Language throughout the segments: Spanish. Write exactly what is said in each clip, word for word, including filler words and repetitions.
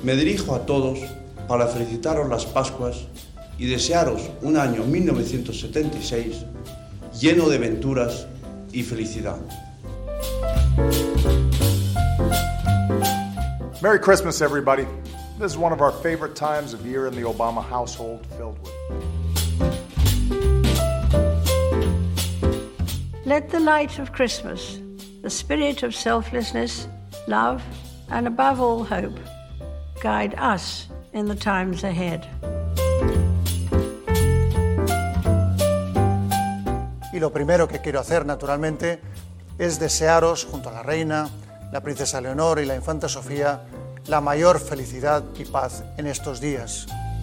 Me dirijo a todos para felicitaros las Pascuas y desearos un año mil novecientos setenta y seis lleno de aventuras y felicidad. Merry Christmas, everybody. This is one of our favorite times of year in the Obama household, filled with... Let the light of Christmas, the spirit of selflessness, love, and above all hope, guide us in the times ahead. Y lo primero que quiero hacer, naturalmente, es desearos, junto a la reina, la princesa Leonor y la infanta Sofía, la mayor felicidad y paz en estos días.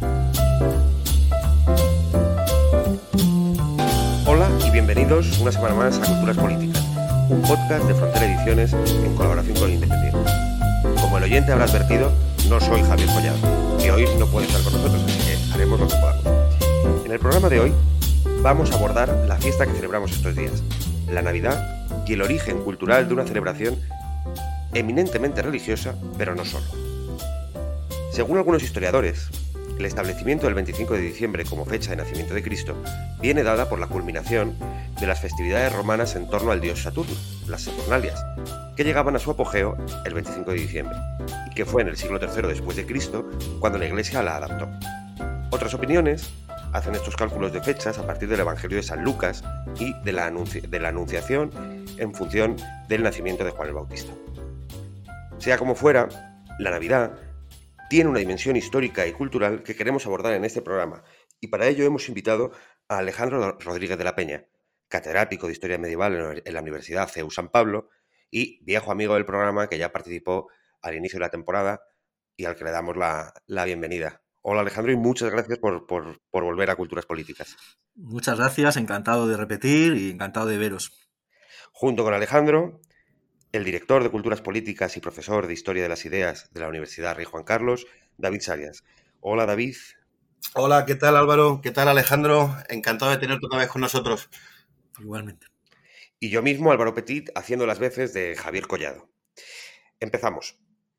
Hola y bienvenidos una semana más a Culturas Políticas, un podcast de Frontera Ediciones en colaboración con Independiente. Como el oyente habrá advertido, no soy Javier Collado, que hoy no puede estar con nosotros, así que haremos lo que podamos. En el programa de hoy vamos a abordar la fiesta que celebramos estos días, la Navidad y el origen cultural de una celebración eminentemente religiosa, pero no solo. Según algunos historiadores, el establecimiento del veinticinco de diciembre como fecha de nacimiento de Cristo viene dada por la culminación de las festividades romanas en torno al dios Saturno, las Saturnalias, que llegaban a su apogeo el veinticinco de diciembre, y que fue en el siglo tercero después de Cristo cuando la Iglesia la adaptó. Otras opiniones hacen estos cálculos de fechas a partir del Evangelio de San Lucas y de la, anunci- de la Anunciación en función del nacimiento de Juan el Bautista. Sea como fuera, la Navidad tiene una dimensión histórica y cultural que queremos abordar en este programa, y para ello hemos invitado a Alejandro Rodríguez de la Peña, catedrático de Historia Medieval en la Universidad C E U San Pablo y viejo amigo del programa que ya participó al inicio de la temporada y al que le damos la, la bienvenida. Hola Alejandro y muchas gracias por, por, por volver a Culturas Políticas. Muchas gracias, encantado de repetir y encantado de veros. Junto con Alejandro, el director de Culturas Políticas y profesor de Historia de las Ideas de la Universidad Rey Juan Carlos, David Sarias. Hola David. Hola, ¿qué tal Álvaro? ¿Qué tal Alejandro? Encantado de tenerte otra vez con nosotros. Igualmente. Y yo mismo, Álvaro Petit, haciendo las veces de Javier Collado. Empezamos.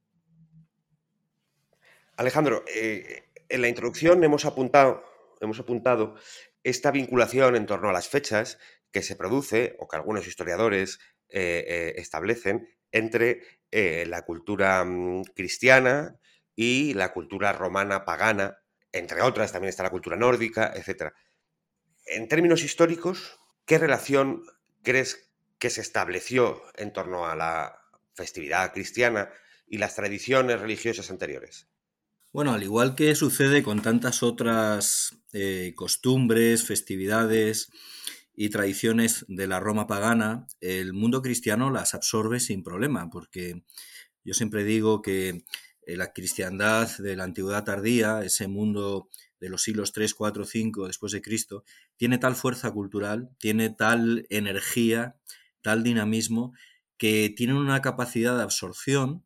Alejandro, eh, en la introducción hemos apuntado, hemos apuntado esta vinculación en torno a las fechas que se produce, o que algunos historiadores eh, eh, establecen, entre eh, la cultura mm, cristiana y la cultura romana pagana, entre otras también está la cultura nórdica, etcétera. En términos históricos, ¿qué relación crees que se estableció en torno a la festividad cristiana y las tradiciones religiosas anteriores? Bueno, al igual que sucede con tantas otras eh, costumbres, festividades y tradiciones de la Roma pagana, el mundo cristiano las absorbe sin problema, porque yo siempre digo que eh, la cristiandad de la antigüedad tardía, ese mundo de los siglos tres, cuatro, cinco después de Cristo, tiene tal fuerza cultural, tiene tal energía, tal dinamismo, que tienen una capacidad de absorción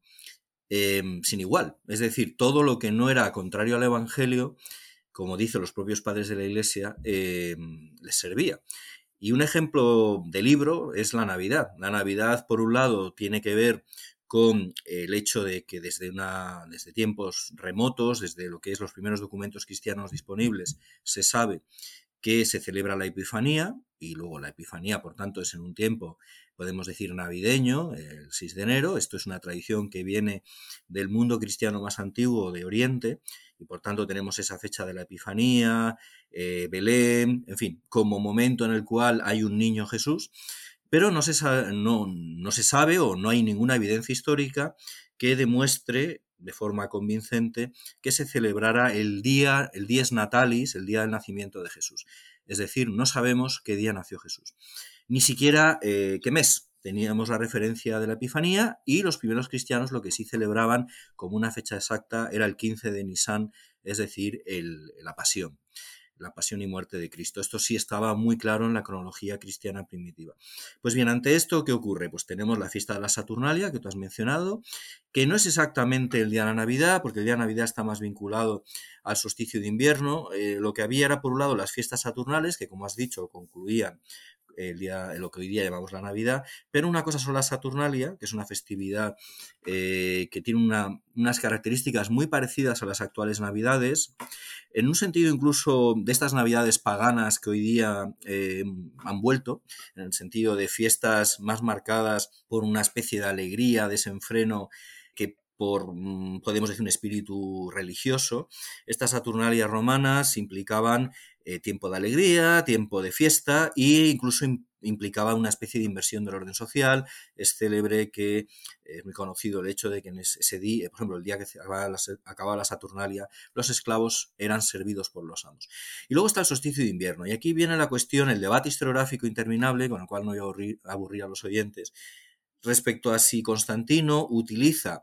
Eh, sin igual. Es decir, todo lo que no era contrario al Evangelio, como dicen los propios padres de la Iglesia, eh, les servía. Y un ejemplo de libro es la Navidad. La Navidad, por un lado, tiene que ver con el hecho de que desde, una, desde tiempos remotos, desde lo que es los primeros documentos cristianos disponibles, se sabe que se celebra la Epifanía, y luego la Epifanía, por tanto, es en un tiempo, podemos decir, navideño, el seis de enero. Esto es una tradición que viene del mundo cristiano más antiguo de Oriente, y por tanto tenemos esa fecha de la Epifanía, eh, Belén, en fin, como momento en el cual hay un niño Jesús, pero no se sabe, no, no se sabe o no hay ninguna evidencia histórica que demuestre de forma convincente que se celebrara el día, el dies natalis, el día del nacimiento de Jesús. Es decir, no sabemos qué día nació Jesús, ni siquiera eh, qué mes. Teníamos la referencia de la Epifanía y los primeros cristianos lo que sí celebraban como una fecha exacta era el quince de Nisan, es decir, el, la Pasión. La pasión y muerte de Cristo. Esto sí estaba muy claro en la cronología cristiana primitiva. Pues bien, ante esto, ¿qué ocurre? Pues tenemos la fiesta de la Saturnalia, que tú has mencionado, que no es exactamente el día de la Navidad, porque el día de Navidad está más vinculado al solsticio de invierno. Eh, lo que había era, por un lado, las fiestas saturnales, que, como has dicho, concluían el día, lo que hoy día llamamos la Navidad, pero una cosa son la Saturnalia, que es una festividad eh, que tiene una, unas características muy parecidas a las actuales Navidades, en un sentido incluso de estas Navidades paganas que hoy día eh, han vuelto, en el sentido de fiestas más marcadas por una especie de alegría, desenfreno, que por, podemos decir, un espíritu religioso. Estas Saturnalias romanas implicaban eh, tiempo de alegría, tiempo de fiesta e incluso implicaba una especie de inversión del orden social. Es célebre que es muy conocido el hecho de que en ese día, por ejemplo, el día que acababa la, acababa la Saturnalia, los esclavos eran servidos por los amos. Y luego está el solsticio de invierno. Y aquí viene la cuestión, el debate historiográfico interminable, con el cual no voy a aburrir, aburrir a los oyentes, respecto a si Constantino utiliza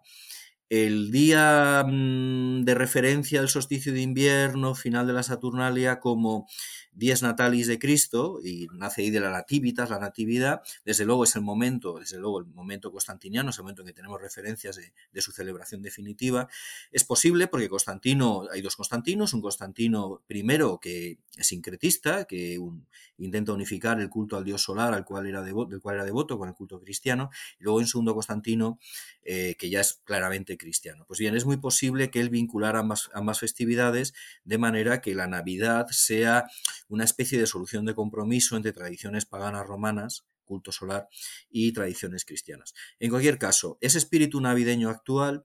el día de referencia del solsticio de invierno, final de la Saturnalia, como dies natalis de Cristo, y nace ahí de la nativitas, la natividad. Desde luego es el momento, desde luego el momento constantiniano, es el momento en que tenemos referencias de, de su celebración definitiva. Es posible porque Constantino, hay dos Constantinos, un Constantino primero que es sincretista, que un, intenta unificar el culto al dios solar, al cual era devoto, del cual era devoto, con el culto cristiano, y luego un segundo Constantino eh, que ya es claramente cristiano. Pues bien, es muy posible que él vinculara ambas, ambas festividades de manera que la Navidad sea una especie de solución de compromiso entre tradiciones paganas romanas, culto solar, y tradiciones cristianas. En cualquier caso, ese espíritu navideño actual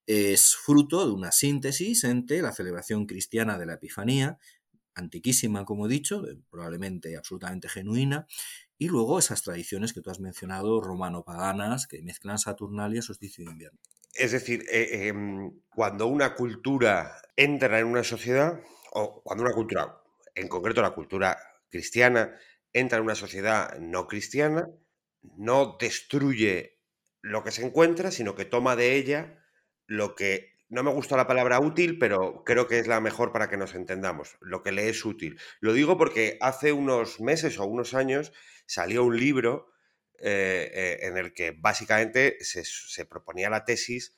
es fruto de una síntesis entre la celebración cristiana de la Epifanía, antiquísima, como he dicho, probablemente absolutamente genuina, y luego esas tradiciones que tú has mencionado, romano-paganas, que mezclan Saturnalia y solsticio de invierno. Es decir, eh, eh, cuando una cultura entra en una sociedad, o cuando una cultura, en concreto la cultura cristiana, entra en una sociedad no cristiana, no destruye lo que se encuentra, sino que toma de ella lo que, no me gusta la palabra útil, pero creo que es la mejor para que nos entendamos, lo que le es útil. Lo digo porque hace unos meses o unos años salió un libro Eh, eh, en el que básicamente se, se proponía la tesis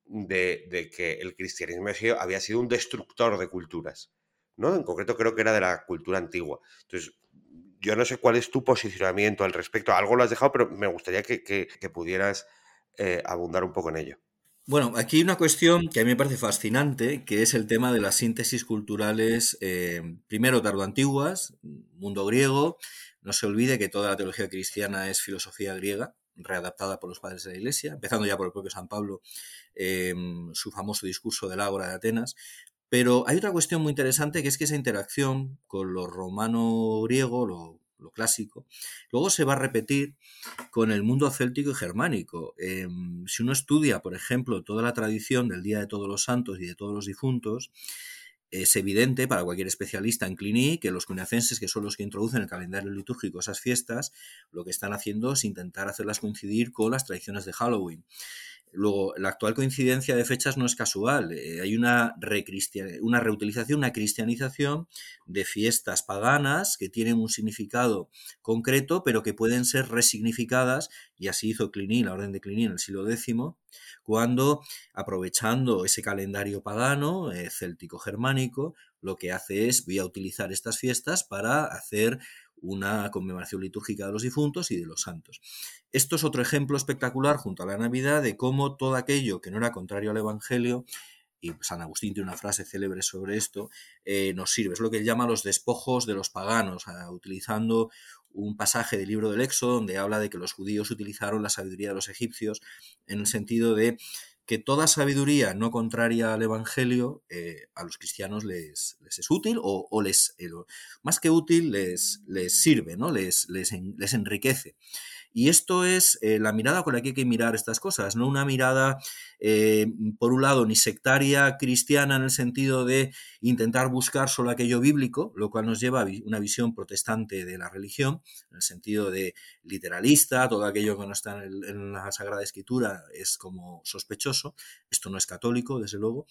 de, de que el cristianismo había sido un destructor de culturas, ¿no? En concreto creo que era de la cultura antigua. Entonces, yo no sé cuál es tu posicionamiento al respecto. Algo lo has dejado, pero me gustaría que, que, que pudieras eh, abundar un poco en ello. Bueno, aquí hay una cuestión que a mí me parece fascinante, que es el tema de las síntesis culturales, eh, primero tardoantiguas, mundo griego. No se olvide que toda la teología cristiana es filosofía griega, readaptada por los padres de la Iglesia, empezando ya por el propio San Pablo, eh, su famoso discurso del Ágora de Atenas. Pero hay otra cuestión muy interesante, que es que esa interacción con lo romano-griego, lo, lo clásico, luego se va a repetir con el mundo céltico y germánico. Eh, si uno estudia, por ejemplo, toda la tradición del Día de Todos los Santos y de todos los difuntos, es evidente para cualquier especialista en Cluny que los cluniacenses, que son los que introducen el calendario litúrgico esas fiestas, lo que están haciendo es intentar hacerlas coincidir con las tradiciones de Halloween. Luego, la actual coincidencia de fechas no es casual. Eh, hay una, una reutilización, una cristianización de fiestas paganas que tienen un significado concreto, pero que pueden ser resignificadas, y así hizo Cluny, la orden de Cluny en el siglo décimo, cuando, aprovechando ese calendario pagano, eh, céltico-germánico, lo que hace es, voy a utilizar estas fiestas para hacer una conmemoración litúrgica de los difuntos y de los santos. Esto es otro ejemplo espectacular junto a la Navidad de cómo todo aquello que no era contrario al Evangelio, y San Agustín tiene una frase célebre sobre esto, eh, nos sirve. Es lo que él llama los despojos de los paganos, eh, utilizando un pasaje del libro del Éxodo donde habla de que los judíos utilizaron la sabiduría de los egipcios en el sentido de que toda sabiduría no contraria al Evangelio eh, a los cristianos les, les es útil o, o les, eh, más que útil, les, les sirve, ¿no? les, les, en, les enriquece. Y esto es eh, la mirada con la que hay que mirar estas cosas, no una mirada, eh, por un lado, ni sectaria cristiana en el sentido de intentar buscar solo aquello bíblico, lo cual nos lleva a una visión protestante de la religión, en el sentido de literalista, todo aquello que no está en, el, en la Sagrada Escritura es como sospechoso. Esto no es católico, desde luego.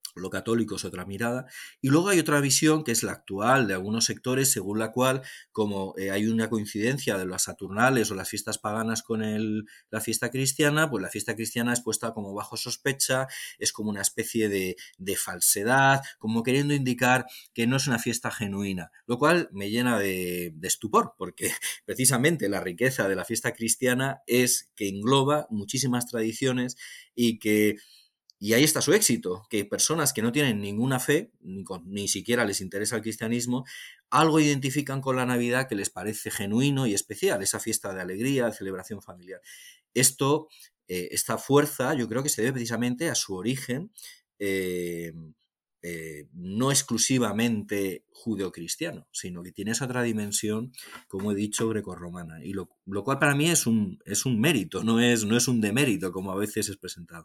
lo católico es otra mirada, y luego hay otra visión que es la actual de algunos sectores, según la cual, como eh, hay una coincidencia de las Saturnales o las fiestas paganas con el, la fiesta cristiana, pues la fiesta cristiana es puesta como bajo sospecha, es como una especie de, de falsedad, como queriendo indicar que no es una fiesta genuina, lo cual me llena de, de estupor, porque precisamente la riqueza de la fiesta cristiana es que engloba muchísimas tradiciones y que Y ahí está su éxito, que personas que no tienen ninguna fe, ni, con, ni siquiera les interesa el cristianismo, algo identifican con la Navidad que les parece genuino y especial, esa fiesta de alegría, de celebración familiar. Esto, eh, esta fuerza, yo creo que se debe precisamente a su origen eh, eh, no exclusivamente judeocristiano, sino que tiene esa otra dimensión, como he dicho, grecorromana, y lo, lo cual para mí es un, es un mérito, no es, no es un demérito, como a veces es presentado.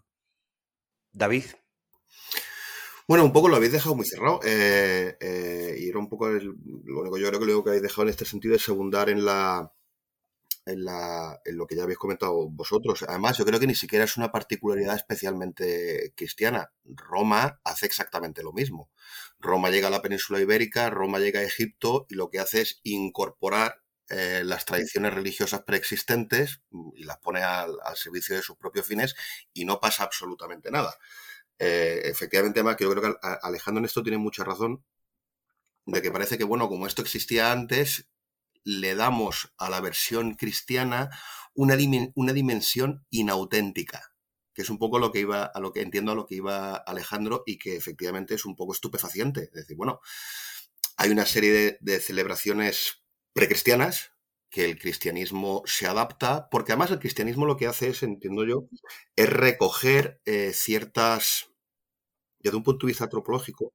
David. Bueno, un poco lo habéis dejado muy cerrado. Eh, eh, y era un poco el, lo único, yo creo que lo que habéis dejado en este sentido es segundar en la, en la en lo que ya habéis comentado vosotros. Además, yo creo que ni siquiera es una particularidad especialmente cristiana. Roma hace exactamente lo mismo. Roma llega a la península ibérica, Roma llega a Egipto y lo que hace es incorporar Eh, las tradiciones religiosas preexistentes y las pone al, al servicio de sus propios fines y no pasa absolutamente nada. Eh, efectivamente, además, que yo creo que Alejandro en esto tiene mucha razón, de que parece que, bueno, como esto existía antes, le damos a la versión cristiana una, dim- una dimensión inauténtica, que es un poco lo que iba, a lo que entiendo a lo que iba Alejandro, y que efectivamente es un poco estupefaciente. Es decir, bueno, hay una serie de, de celebraciones precristianas que el cristianismo se adapta, porque además el cristianismo lo que hace es, entiendo yo, es recoger eh, ciertas, desde un punto de vista antropológico,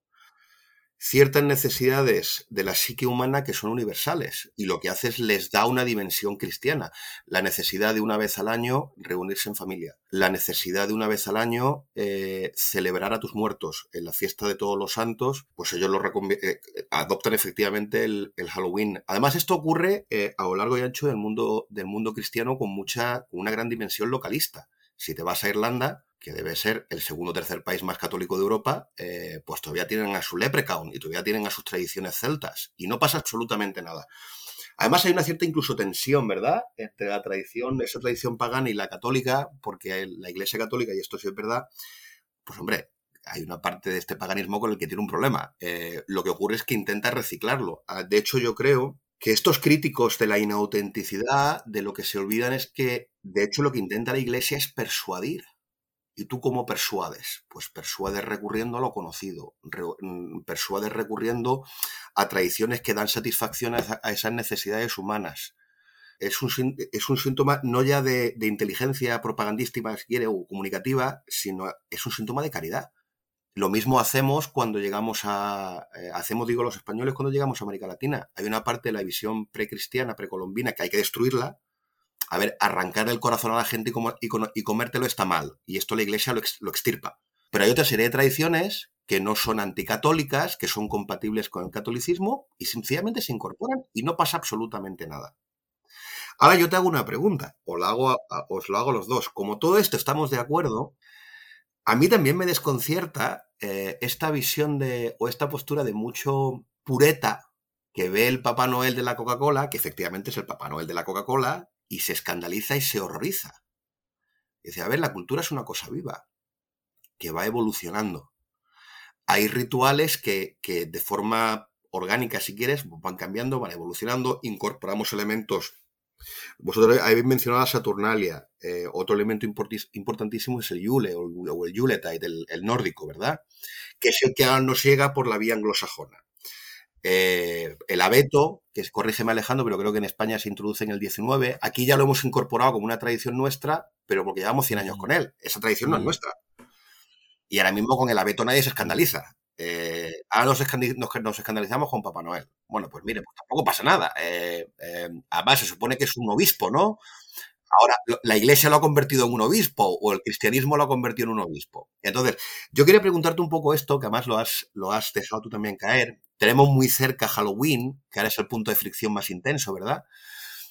ciertas necesidades de la psique humana que son universales, y lo que hace es les da una dimensión cristiana. La necesidad de una vez al año reunirse en familia, la necesidad de una vez al año eh, celebrar a tus muertos. En la fiesta de Todos los Santos, pues ellos lo eh, adoptan efectivamente el, el Halloween. Además, esto ocurre eh, a lo largo y ancho del mundo, del mundo cristiano con mucha, con una gran dimensión localista. Si te vas a Irlanda, que debe ser el segundo o tercer país más católico de Europa, eh, pues todavía tienen a su leprechaun y todavía tienen a sus tradiciones celtas y no pasa absolutamente nada. Además hay una cierta incluso tensión, ¿verdad?, entre la tradición, esa tradición pagana y la católica, porque la Iglesia católica, y esto sí es verdad, pues hombre, hay una parte de este paganismo con el que tiene un problema. Eh, lo que ocurre es que intenta reciclarlo. De hecho, yo creo que estos críticos de la inautenticidad, de lo que se olvidan es que, de hecho, lo que intenta la Iglesia es persuadir. ¿Y tú cómo persuades? Pues persuades recurriendo a lo conocido, re, persuades recurriendo a tradiciones que dan satisfacción a, a esas necesidades humanas. Es un, es un síntoma no ya de, de inteligencia propagandística, si quiere, o comunicativa, sino es un síntoma de caridad. Lo mismo hacemos cuando llegamos a... Eh, hacemos, digo, los españoles cuando llegamos a América Latina. Hay una parte de la visión precristiana, precolombina, que hay que destruirla. A ver, arrancar el corazón a la gente y, com- y, com- y comértelo está mal. Y esto la Iglesia lo, ex- lo extirpa. Pero hay otra serie de tradiciones que no son anticatólicas, que son compatibles con el catolicismo y sencillamente se incorporan y no pasa absolutamente nada. Ahora yo te hago una pregunta, os, la hago a, a, os lo hago a los dos. Como todo esto estamos de acuerdo, a mí también me desconcierta eh, esta visión de, o esta postura de mucho pureta que ve el Papá Noel de la Coca-Cola, que efectivamente es el Papá Noel de la Coca-Cola, y se escandaliza y se horroriza. Dice, a ver, la cultura es una cosa viva, que va evolucionando. Hay rituales que, que de forma orgánica, si quieres, van cambiando, van evolucionando, incorporamos elementos. Vosotros habéis mencionado la Saturnalia, eh, otro elemento importis, importantísimo es el Yule, o, o el Yuletide, el, el nórdico, ¿verdad? Que es el que ahora nos llega por la vía anglosajona. Eh, el abeto, que es, corrígeme Alejandro, pero creo que en España se introduce en el diecinueve. Aquí ya lo hemos incorporado como una tradición nuestra, pero porque llevamos cien años con él. Esa tradición mm. no es nuestra. Y ahora mismo con el abeto nadie se escandaliza. Eh, ahora nos, escandaliz nos, nos escandalizamos con Papá Noel. Bueno, pues mire, pues tampoco pasa nada. Eh, eh, además se supone que es un obispo, ¿no? Ahora, la Iglesia lo ha convertido en un obispo o el cristianismo lo ha convertido en un obispo. Entonces, yo quería preguntarte un poco esto, que además lo has, lo has dejado tú también caer. Tenemos muy cerca Halloween, que ahora es el punto de fricción más intenso, ¿verdad?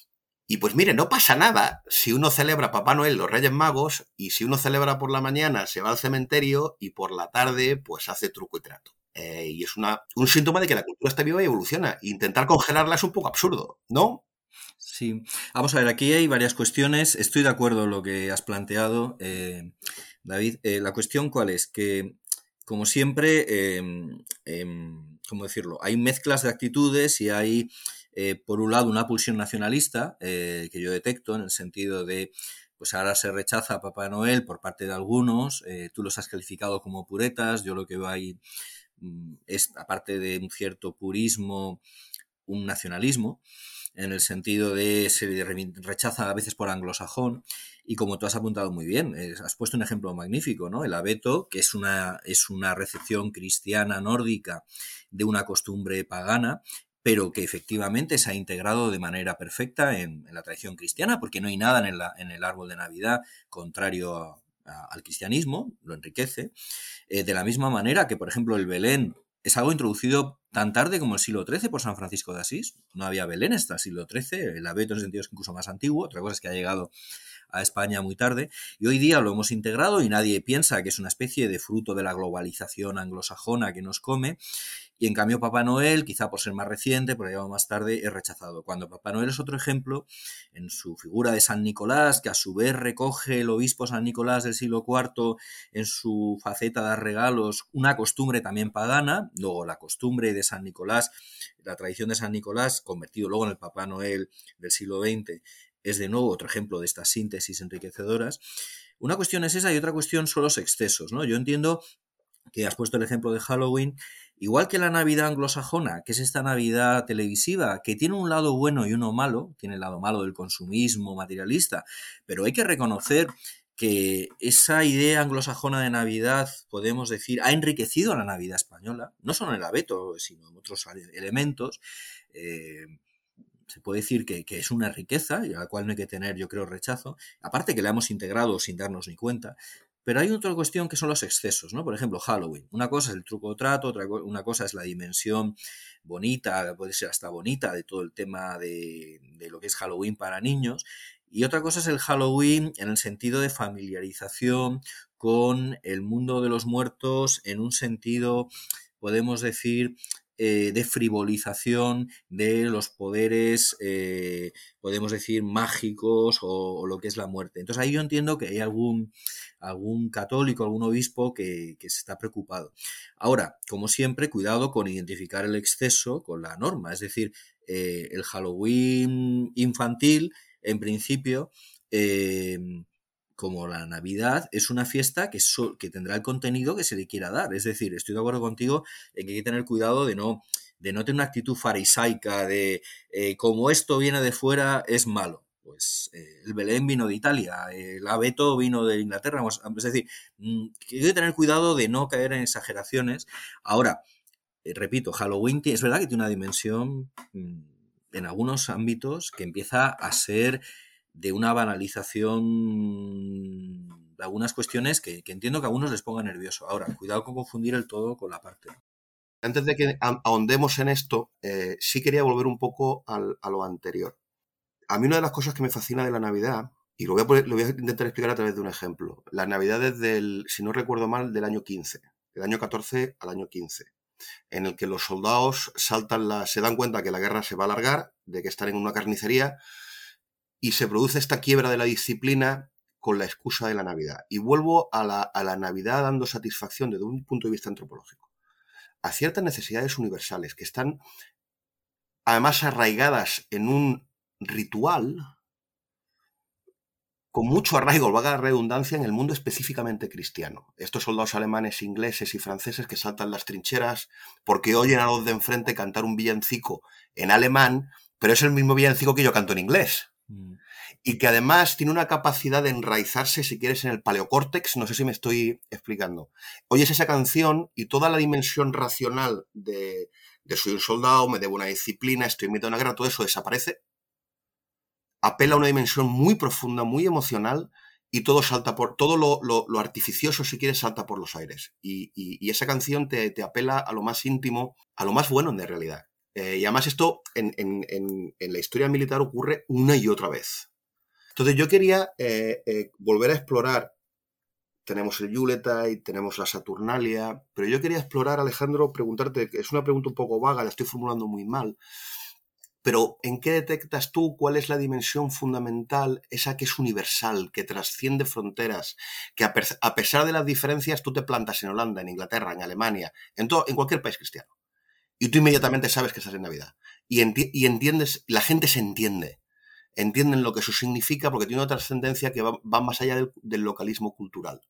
Y pues mire, no pasa nada si uno celebra Papá Noel, los Reyes Magos, y si uno celebra por la mañana se va al cementerio y por la tarde pues hace truco y trato. Eh, y es una, un síntoma de que la cultura está viva y evoluciona. Intentar congelarla es un poco absurdo, ¿no? Sí. Vamos a ver, aquí hay varias cuestiones. Estoy de acuerdo en lo que has planteado, eh, David. Eh, la cuestión, ¿cuál es? Que, como siempre, eh, eh, ¿cómo decirlo? Hay mezclas de actitudes y hay... Eh, por un lado, una pulsión nacionalista eh, que yo detecto en el sentido de, pues ahora se rechaza a Papá Noel por parte de algunos, eh, tú los has calificado como puretas, yo lo que veo ahí mm, es, aparte de un cierto purismo, un nacionalismo, en el sentido de se rechaza a veces por anglosajón, y como tú has apuntado muy bien, eh, has puesto un ejemplo magnífico, ¿no? El abeto, que es una, es una recepción cristiana nórdica de una costumbre pagana, pero que efectivamente se ha integrado de manera perfecta en, en la tradición cristiana, porque no hay nada en el, en el árbol de Navidad contrario a, a, al cristianismo, lo enriquece. Eh, de la misma manera que, por ejemplo, el Belén es algo introducido tan tarde como el siglo trece por San Francisco de Asís. No había Belén hasta el siglo trece, el abeto en ese sentido es incluso más antiguo, otra cosa es que ha llegado a España muy tarde, y hoy día lo hemos integrado y nadie piensa que es una especie de fruto de la globalización anglosajona que nos come, y en cambio Papá Noel, quizá por ser más reciente, por llegado más tarde, es rechazado. Cuando Papá Noel es otro ejemplo, en su figura de San Nicolás, que a su vez recoge el obispo San Nicolás del siglo cuarto en su faceta de dar regalos, una costumbre también pagana, luego la costumbre de San Nicolás, la tradición de San Nicolás, convertido luego en el Papá Noel del siglo veinte, es de nuevo otro ejemplo de estas síntesis enriquecedoras. Una cuestión es esa y otra cuestión son los excesos, ¿no? Yo entiendo que has puesto el ejemplo de Halloween, igual que la Navidad anglosajona, que es esta Navidad televisiva, que tiene un lado bueno y uno malo, tiene el lado malo del consumismo materialista, pero hay que reconocer que esa idea anglosajona de Navidad, podemos decir, ha enriquecido a la Navidad española, no solo en el abeto, sino en otros elementos. Eh, se puede decir que, que es una riqueza, y a la cual no hay que tener, yo creo, rechazo, aparte que la hemos integrado sin darnos ni cuenta. Pero hay otra cuestión que son los excesos, ¿no? Por ejemplo, Halloween. Una cosa es el truco o trato, otra co- una cosa es la dimensión bonita, puede ser hasta bonita, de todo el tema de, de lo que es Halloween para niños. Y otra cosa es el Halloween en el sentido de familiarización con el mundo de los muertos, en un sentido, podemos decir, eh, de frivolización de los poderes, eh, podemos decir, mágicos o, o lo que es la muerte. Entonces ahí yo entiendo que hay algún, algún católico, algún obispo que, que se está preocupado. Ahora, como siempre, cuidado con identificar el exceso con la norma. Es decir, eh, el Halloween infantil, en principio, eh, como la Navidad, es una fiesta que, so, que tendrá el contenido que se le quiera dar. Es decir, estoy de acuerdo contigo en que hay que tener cuidado de no, de no tener una actitud farisaica de eh, como esto viene de fuera es malo. Pues eh, el Belén vino de Italia, el abeto vino de Inglaterra. Es decir, que hay que tener cuidado de no caer en exageraciones. Ahora, eh, repito, Halloween es verdad que tiene una dimensión mmm, en algunos ámbitos que empieza a ser de una banalización de algunas cuestiones que, que entiendo que a algunos les ponga nervioso. Ahora, cuidado con confundir el todo con la parte. Antes de que ahondemos en esto, eh, sí quería volver un poco al, a lo anterior. A mí una de las cosas que me fascina de la Navidad, y lo voy, a poner, lo voy a intentar explicar a través de un ejemplo, las Navidades del, si no recuerdo mal, del año quince, del año catorce al año quince, en el que los soldados saltan la, se dan cuenta que la guerra se va a alargar, de que están en una carnicería, y se produce esta quiebra de la disciplina con la excusa de la Navidad. Y vuelvo a la, a la Navidad dando satisfacción desde un punto de vista antropológico a ciertas necesidades universales que están además arraigadas en un ritual con mucho arraigo, valga la redundancia, en el mundo específicamente cristiano. Estos soldados alemanes, ingleses y franceses que saltan las trincheras porque oyen a los de enfrente cantar un villancico en alemán, pero es el mismo villancico que yo canto en inglés. Mm. Y que además tiene una capacidad de enraizarse, si quieres, en el paleocórtex, no sé si me estoy explicando. Oyes esa canción y toda la dimensión racional de, de soy un soldado, me debo una disciplina, estoy en medio de una guerra, todo eso desaparece. Apela a una dimensión muy profunda, muy emocional, y todo salta por, todo lo, lo, lo artificioso, si quieres, salta por los aires. Y, y, y esa canción te, te apela a lo más íntimo, a lo más bueno de realidad, Eh, y además esto en, en, en, en la historia militar ocurre una y otra vez. Entonces yo quería eh, eh, volver a explorar. Tenemos el Yuletide, tenemos la Saturnalia, pero yo quería explorar, Alejandro, preguntarte, que es una pregunta un poco vaga, la estoy formulando muy mal, pero ¿en qué detectas tú cuál es la dimensión fundamental, esa que es universal, que trasciende fronteras, que a, a pesar de las diferencias tú te plantas en Holanda, en Inglaterra, en Alemania, en, todo, en cualquier país cristiano? Y tú inmediatamente sabes que estás en Navidad. Y, enti y entiendes, la gente se entiende. Entienden lo que eso significa porque tiene una trascendencia que va, va más allá del, del localismo cultural.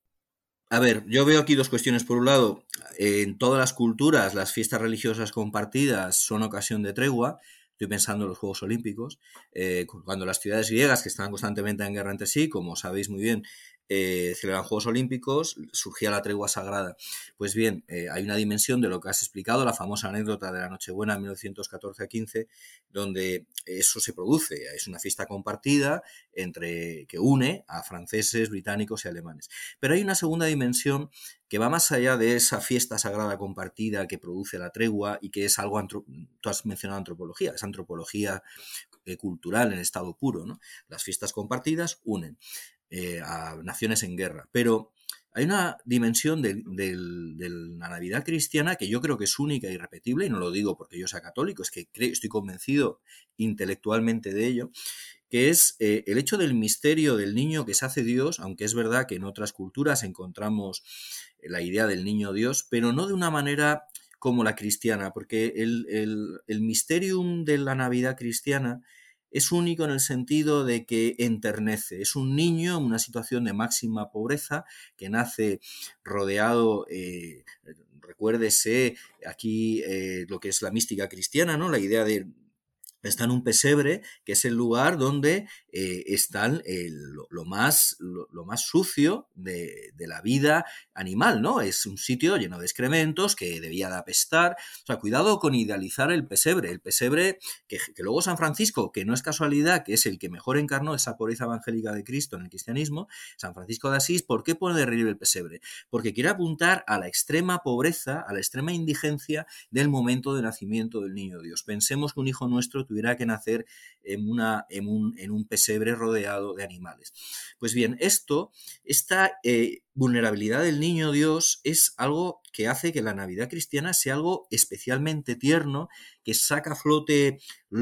A ver, yo veo aquí dos cuestiones. Por un lado, en todas las culturas las fiestas religiosas compartidas son ocasión de tregua. Estoy pensando en los Juegos Olímpicos, eh, cuando las ciudades griegas, que estaban constantemente en guerra entre sí, como sabéis muy bien, eh, celebran Juegos Olímpicos, surgía la tregua sagrada. Pues bien, eh, hay una dimensión de lo que has explicado, la famosa anécdota de la Nochebuena de mil novecientos catorce a quince, donde eso se produce. Es una fiesta compartida entre, que une a franceses, británicos y alemanes. Pero hay una segunda dimensión que va más allá de esa fiesta sagrada compartida que produce la tregua y que es algo, tú has mencionado antropología, es antropología eh, cultural en estado puro, ¿no? Las fiestas compartidas unen eh, a naciones en guerra, pero hay una dimensión de, de, de la Navidad cristiana que yo creo que es única e irrepetible, y no lo digo porque yo sea católico, es que creo, estoy convencido intelectualmente de ello, que es eh, el hecho del misterio del niño que se hace Dios, aunque es verdad que en otras culturas encontramos la idea del niño Dios, pero no de una manera como la cristiana, porque el, el, el misterium de la Navidad cristiana es único en el sentido de que enternece. Es un niño en una situación de máxima pobreza que nace rodeado, eh, recuérdese aquí eh, lo que es la mística cristiana, ¿no? La idea de está en un pesebre, que es el lugar donde eh, están eh, lo, lo, más, lo, lo más sucio de, de la vida animal, ¿no? Es un sitio lleno de excrementos que debía de apestar. O sea, cuidado con idealizar el pesebre. El pesebre, que, que luego San Francisco, que no es casualidad, que es el que mejor encarnó esa pobreza evangélica de Cristo en el cristianismo, San Francisco de Asís, ¿por qué pone de relieve el pesebre? Porque quiere apuntar a la extrema pobreza, a la extrema indigencia del momento de nacimiento del niño Dios. Pensemos que un hijo nuestro tuviera que nacer en, una, en, un, en un pesebre rodeado de animales. Pues bien, esto, esta eh, vulnerabilidad del niño Dios es algo que hace que la Navidad cristiana sea algo especialmente tierno, que saca a flote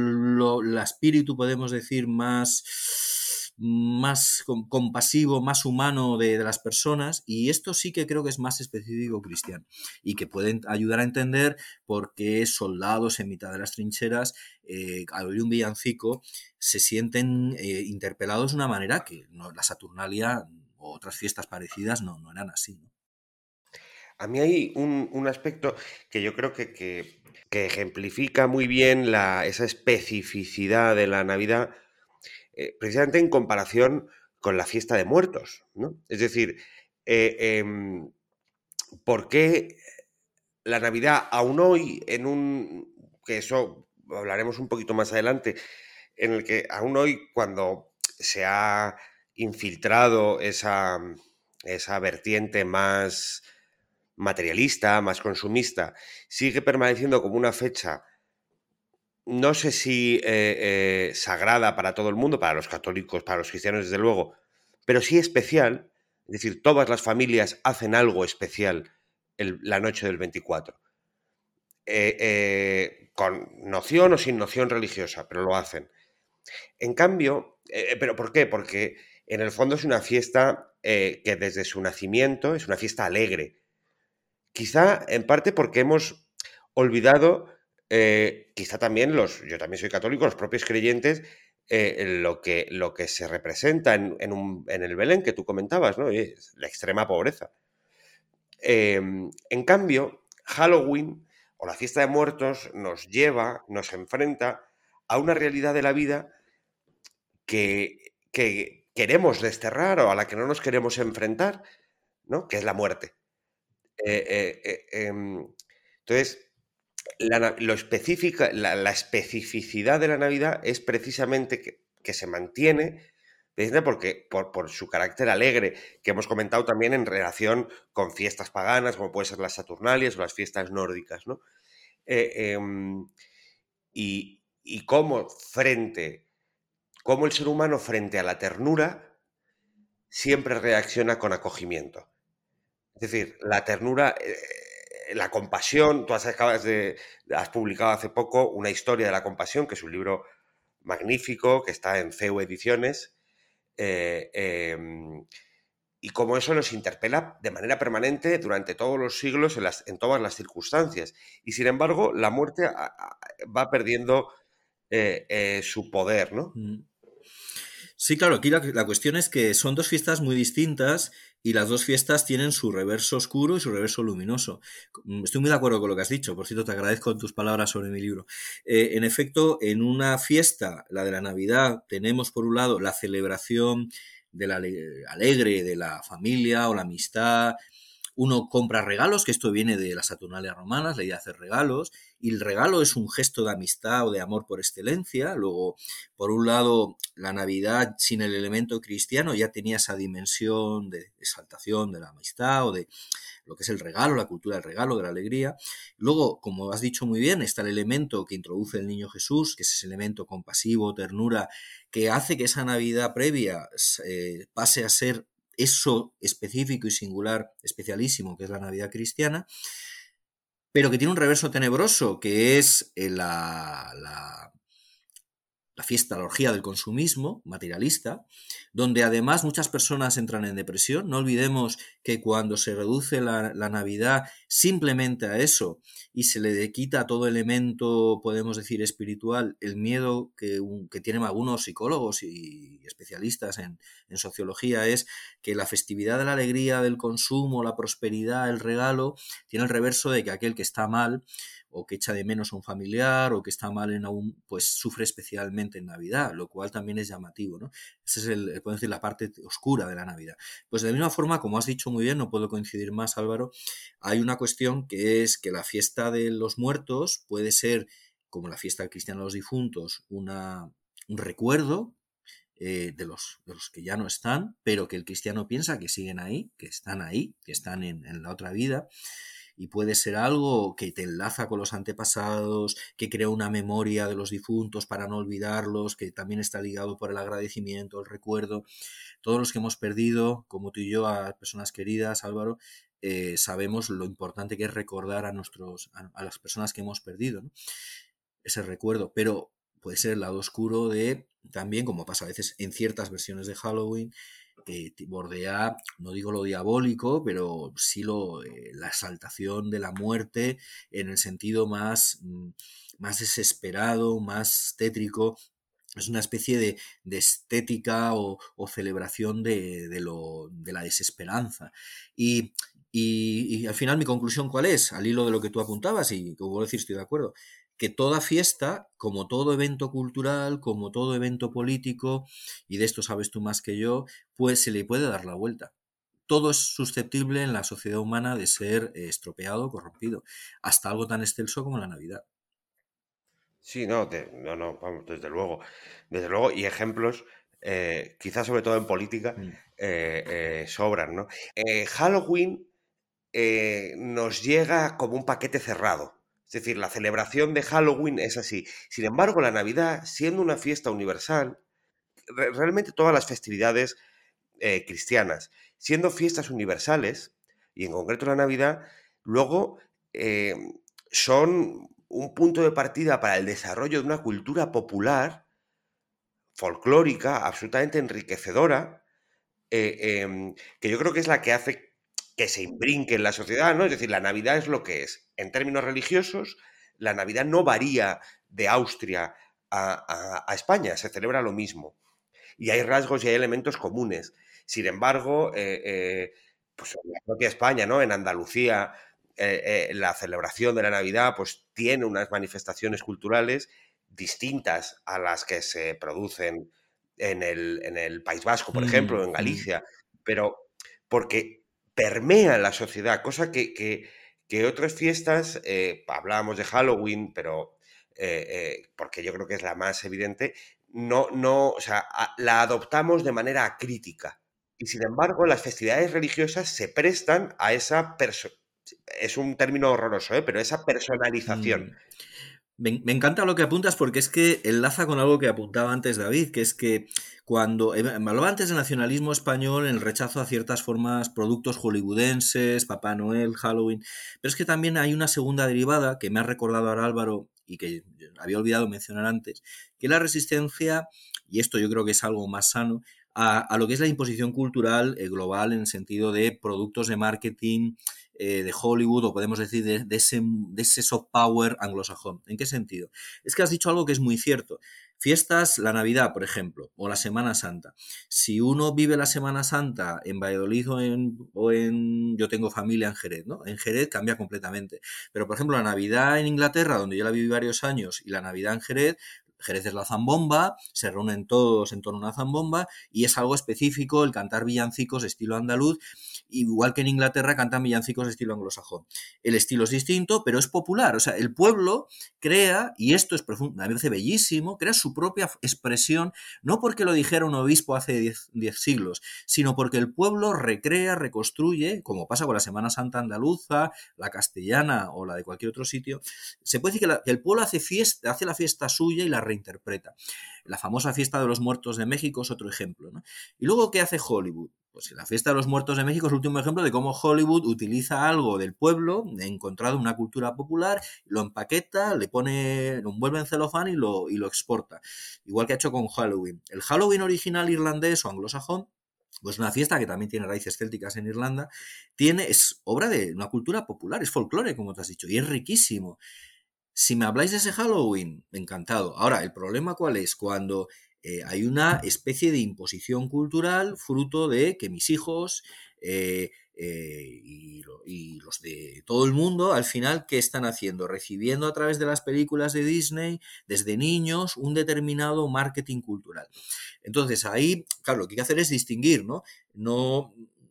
lo, el espíritu, podemos decir, más... más compasivo, más humano de, de las personas, y esto sí que creo que es más específico cristiano y que pueden ayudar a entender por qué soldados en mitad de las trincheras eh, al oír un villancico se sienten eh, interpelados de una manera que no, la Saturnalia o otras fiestas parecidas no, no eran así, ¿no? A mí hay un, un aspecto que yo creo que, que, que ejemplifica muy bien la, esa especificidad de la Navidad, Eh, precisamente en comparación con la fiesta de muertos, ¿no? Es decir, eh, eh, ¿por qué la Navidad, aún hoy, en un... que eso hablaremos un poquito más adelante, en el que aún hoy, cuando se ha infiltrado esa, esa vertiente más materialista, más consumista, sigue permaneciendo como una fecha, no sé si eh, eh, sagrada para todo el mundo, para los católicos, para los cristianos desde luego, pero sí especial, es decir, todas las familias hacen algo especial el, la noche del veinticuatro, eh, eh, con noción o sin noción religiosa, pero lo hacen. En cambio, eh, ¿pero por qué? Porque en el fondo es una fiesta eh, que desde su nacimiento es una fiesta alegre. Quizá en parte porque hemos olvidado... Eh, quizá también los, yo también soy católico, los propios creyentes, eh, lo, que, lo que se representa en, en, un, en el Belén que tú comentabas, ¿no? Es la extrema pobreza. Eh, en cambio, Halloween o la fiesta de muertos nos lleva, nos enfrenta a una realidad de la vida que, que queremos desterrar o a la que no nos queremos enfrentar, ¿no? Que es la muerte. Eh, eh, eh, eh, entonces, La, lo específica, la, la especificidad de la Navidad es precisamente que, que se mantiene precisamente porque, por, por su carácter alegre, que hemos comentado también en relación con fiestas paganas, como pueden ser las Saturnalias o las fiestas nórdicas, ¿no? Eh, eh, y, y cómo frente, cómo el ser humano frente a la ternura siempre reacciona con acogimiento. Es decir, la ternura, eh, la compasión, tú has, acabas de, has publicado hace poco una historia de la compasión, que es un libro magnífico, que está en C E U Ediciones, eh, eh, y cómo eso nos interpela de manera permanente durante todos los siglos, en, las, en todas las circunstancias. Y sin embargo, la muerte a, a, va perdiendo eh, eh, su poder, ¿no? Sí, claro, aquí la, la cuestión es que son dos fiestas muy distintas y las dos fiestas tienen su reverso oscuro y su reverso luminoso. Estoy muy de acuerdo con lo que has dicho, por cierto, te agradezco tus palabras sobre mi libro. Eh, en efecto, en una fiesta, la de la Navidad, tenemos por un lado la celebración de la alegre de la familia o la amistad. Uno compra regalos, que esto viene de las Saturnalias romanas, la idea de hacer regalos, y el regalo es un gesto de amistad o de amor por excelencia. Luego, por un lado, la Navidad sin el elemento cristiano ya tenía esa dimensión de exaltación de la amistad o de lo que es el regalo, la cultura del regalo, de la alegría. Luego, como has dicho muy bien, está el elemento que introduce el niño Jesús, que es ese elemento compasivo, ternura, que hace que esa Navidad previa eh, pase a ser eso específico y singular, especialísimo, que es la Navidad cristiana, pero que tiene un reverso tenebroso, que es la, la, la fiesta, la orgía del consumismo materialista, donde además muchas personas entran en depresión. No olvidemos que cuando se reduce la, la Navidad simplemente a eso y se le quita todo elemento, podemos decir, espiritual, el miedo que, que tienen algunos psicólogos y especialistas en, en sociología es que la festividad de la alegría, del consumo, la prosperidad, el regalo, tiene el reverso de que aquel que está mal o que echa de menos a un familiar o que está mal en aún, pues sufre especialmente en Navidad, lo cual también es llamativo, ¿no? Esa es el, podemos decir, la parte oscura de la Navidad. Pues de la misma forma, como has dicho muy bien, no puedo coincidir más, Álvaro, hay una cuestión que es que la fiesta de los muertos puede ser, como la fiesta cristiana de los difuntos, una, un recuerdo eh, de, los, de los que ya no están, pero que el cristiano piensa que siguen ahí, que están ahí, que están en, en la otra vida. Y puede ser algo que te enlaza con los antepasados, que crea una memoria de los difuntos para no olvidarlos, que también está ligado por el agradecimiento, el recuerdo. Todos los que hemos perdido, como tú y yo, a personas queridas, Álvaro, eh, sabemos lo importante que es recordar a, nuestros, a, a las personas que hemos perdido, ¿no? Ese recuerdo, pero puede ser el lado oscuro de, también, como pasa a veces en ciertas versiones de Halloween, que bordea, no digo lo diabólico, pero sí lo, eh, la exaltación de la muerte en el sentido más, más desesperado, más tétrico. Es una especie de, de estética o, o celebración de, de, lo, de la desesperanza. Y, y, y al final mi conclusión, ¿cuál es? Al hilo de lo que tú apuntabas, y como vuelvo a decir, estoy de acuerdo, que toda fiesta, como todo evento cultural, como todo evento político, y de esto sabes tú más que yo, pues se le puede dar la vuelta. Todo es susceptible en la sociedad humana de ser estropeado, corrompido, hasta algo tan excelso como la Navidad. Sí, no, de, no, no, vamos, desde luego. Desde luego, y ejemplos, eh, quizás sobre todo en política, mm. eh, eh, sobran, ¿no? Eh, Halloween eh, nos llega como un paquete cerrado. Es decir, la celebración de Halloween es así. Sin embargo, la Navidad, siendo una fiesta universal, re realmente todas las festividades eh, cristianas, siendo fiestas universales, y en concreto la Navidad, luego eh, son un punto de partida para el desarrollo de una cultura popular, folclórica, absolutamente enriquecedora, eh, eh, que yo creo que es la que hace que se imbrinque en la sociedad, ¿no? Es decir, la Navidad es lo que es. En términos religiosos, la Navidad no varía de Austria a, a, a España, se celebra lo mismo. Y hay rasgos y hay elementos comunes. Sin embargo, eh, eh, pues en la propia España, ¿no? En Andalucía, eh, eh, la celebración de la Navidad pues tiene unas manifestaciones culturales distintas a las que se producen en el, en el País Vasco, por mm, ejemplo, en Galicia, mm. pero porque permea la sociedad, cosa que, que, que otras fiestas, eh, hablábamos de Halloween, pero eh, eh, porque yo creo que es la más evidente, no, no, o sea, a, la adoptamos de manera acrítica. Y sin embargo, las festividades religiosas se prestan a esa persona. Es un término horroroso, ¿eh? Pero esa personalización. Me, me encanta lo que apuntas porque es que enlaza con algo que apuntaba antes David, que es que cuando eh, me hablaba antes del nacionalismo español, el rechazo a ciertas formas, productos hollywoodenses, Papá Noel, Halloween, pero es que también hay una segunda derivada que me ha recordado ahora Álvaro y que había olvidado mencionar antes, que es la resistencia, y esto yo creo que es algo más sano, a, a lo que es la imposición cultural eh, global en el sentido de productos de marketing, eh, de Hollywood, o podemos decir de, de, ese, de ese soft power anglosajón. ¿En qué sentido? Es que has dicho algo que es muy cierto. Fiestas, la Navidad, por ejemplo, o la Semana Santa. Si uno vive la Semana Santa en Valladolid o en, o en... Yo tengo familia en Jerez, ¿no? En Jerez cambia completamente. Pero, por ejemplo, la Navidad en Inglaterra, donde yo la viví varios años, y la Navidad en Jerez, Jerez es la zambomba, se reúnen todos en torno a una zambomba y es algo específico el cantar villancicos estilo andaluz, igual que en Inglaterra cantan villancicos estilo anglosajón. El estilo es distinto, pero es popular. O sea, el pueblo crea, y esto es profundo, a mí me parece bellísimo, crea su propia expresión, no porque lo dijera un obispo hace diez siglos, sino porque el pueblo recrea, reconstruye, como pasa con la Semana Santa andaluza, la castellana o la de cualquier otro sitio. Se puede decir que, la, que el pueblo hace, fiesta, hace la fiesta suya y la reinterpreta. La famosa fiesta de los muertos de México es otro ejemplo, ¿no? Y luego, ¿qué hace Hollywood? Pues la fiesta de los muertos de México es el último ejemplo de cómo Hollywood utiliza algo del pueblo, encontrado una cultura popular, lo empaqueta, le pone, lo envuelve en celofán y lo, y lo exporta. Igual que ha hecho con Halloween. El Halloween original irlandés o anglosajón, pues una fiesta que también tiene raíces célticas en Irlanda, tiene, es obra de una cultura popular, es folclore, como te has dicho, y es riquísimo. Si me habláis de ese Halloween, encantado. Ahora, ¿el problema cuál es? Cuando eh, hay una especie de imposición cultural fruto de que mis hijos eh, eh, y, lo, y los de todo el mundo, al final, ¿qué están haciendo? Recibiendo a través de las películas de Disney, desde niños, un determinado marketing cultural. Entonces, ahí, claro, lo que hay que hacer es distinguir, ¿no? No...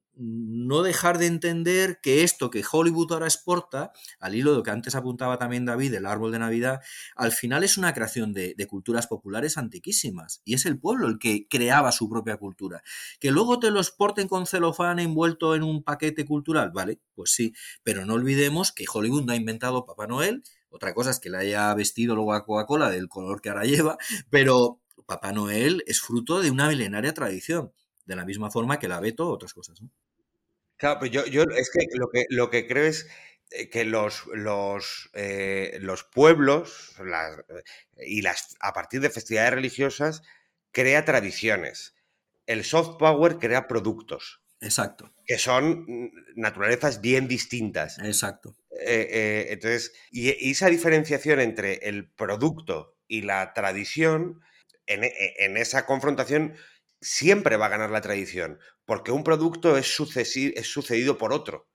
no dejar de entender que esto que Hollywood ahora exporta, al hilo de lo que antes apuntaba también David, el árbol de Navidad, al final es una creación de, de culturas populares antiquísimas, y es el pueblo el que creaba su propia cultura. Que luego te lo exporten con celofán envuelto en un paquete cultural, vale, pues sí, pero no olvidemos que Hollywood no ha inventado Papá Noel, otra cosa es que le haya vestido luego a Coca-Cola del color que ahora lleva, pero Papá Noel es fruto de una milenaria tradición, de la misma forma que el abeto o otras cosas, ¿no? Claro, pero yo, yo es que lo que lo que creo es que los, los, eh, los pueblos las, y las a partir de festividades religiosas crea tradiciones. El soft power crea productos. Exacto. Que son naturalezas bien distintas. Exacto. Eh, eh, entonces, y, y esa diferenciación entre el producto y la tradición, en, en esa confrontación siempre va a ganar la tradición, porque un producto es, sucesi- es sucedido por otro,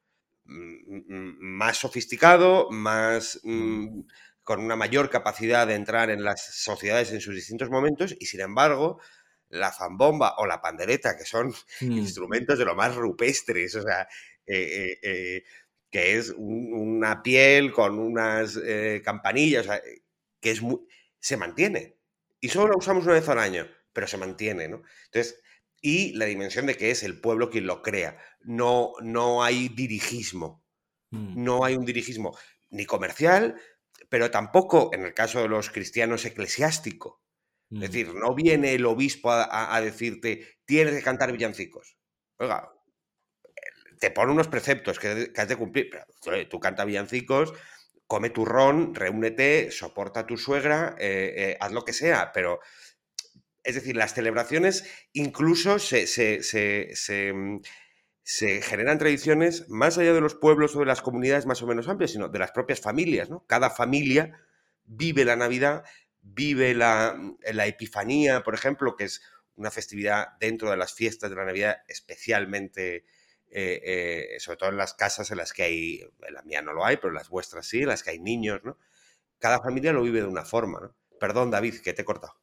más sofisticado, más mm, con una mayor capacidad de entrar en las sociedades en sus distintos momentos, y sin embargo, la zambomba o la pandereta, que son mm. instrumentos de lo más rupestres, o sea, eh, eh, eh, que es un, una piel con unas eh, campanillas, o sea, que es muy, se mantiene. Y solo la usamos una vez al año, pero se mantiene, ¿no? Entonces, y la dimensión de que es el pueblo quien lo crea. No, no hay dirigismo. Mm. No hay un dirigismo ni comercial, pero tampoco, en el caso de los cristianos, eclesiástico. Mm. Es decir, no viene el obispo a, a, a decirte, tienes que cantar villancicos. Oiga, te pone unos preceptos que, que has de cumplir. Pero tú canta villancicos, come turrón, reúnete, soporta a tu suegra, eh, eh, haz lo que sea, pero... Es decir, las celebraciones incluso se, se, se, se, se generan tradiciones más allá de los pueblos o de las comunidades más o menos amplias, sino de las propias familias, ¿no? Cada familia vive la Navidad, vive la, la Epifanía, por ejemplo, que es una festividad dentro de las fiestas de la Navidad especialmente, eh, eh, sobre todo en las casas en las que hay, en la mía no lo hay, pero en las vuestras sí, en las que hay niños, ¿no? Cada familia lo vive de una forma, ¿no? Perdón, David, que te he cortado.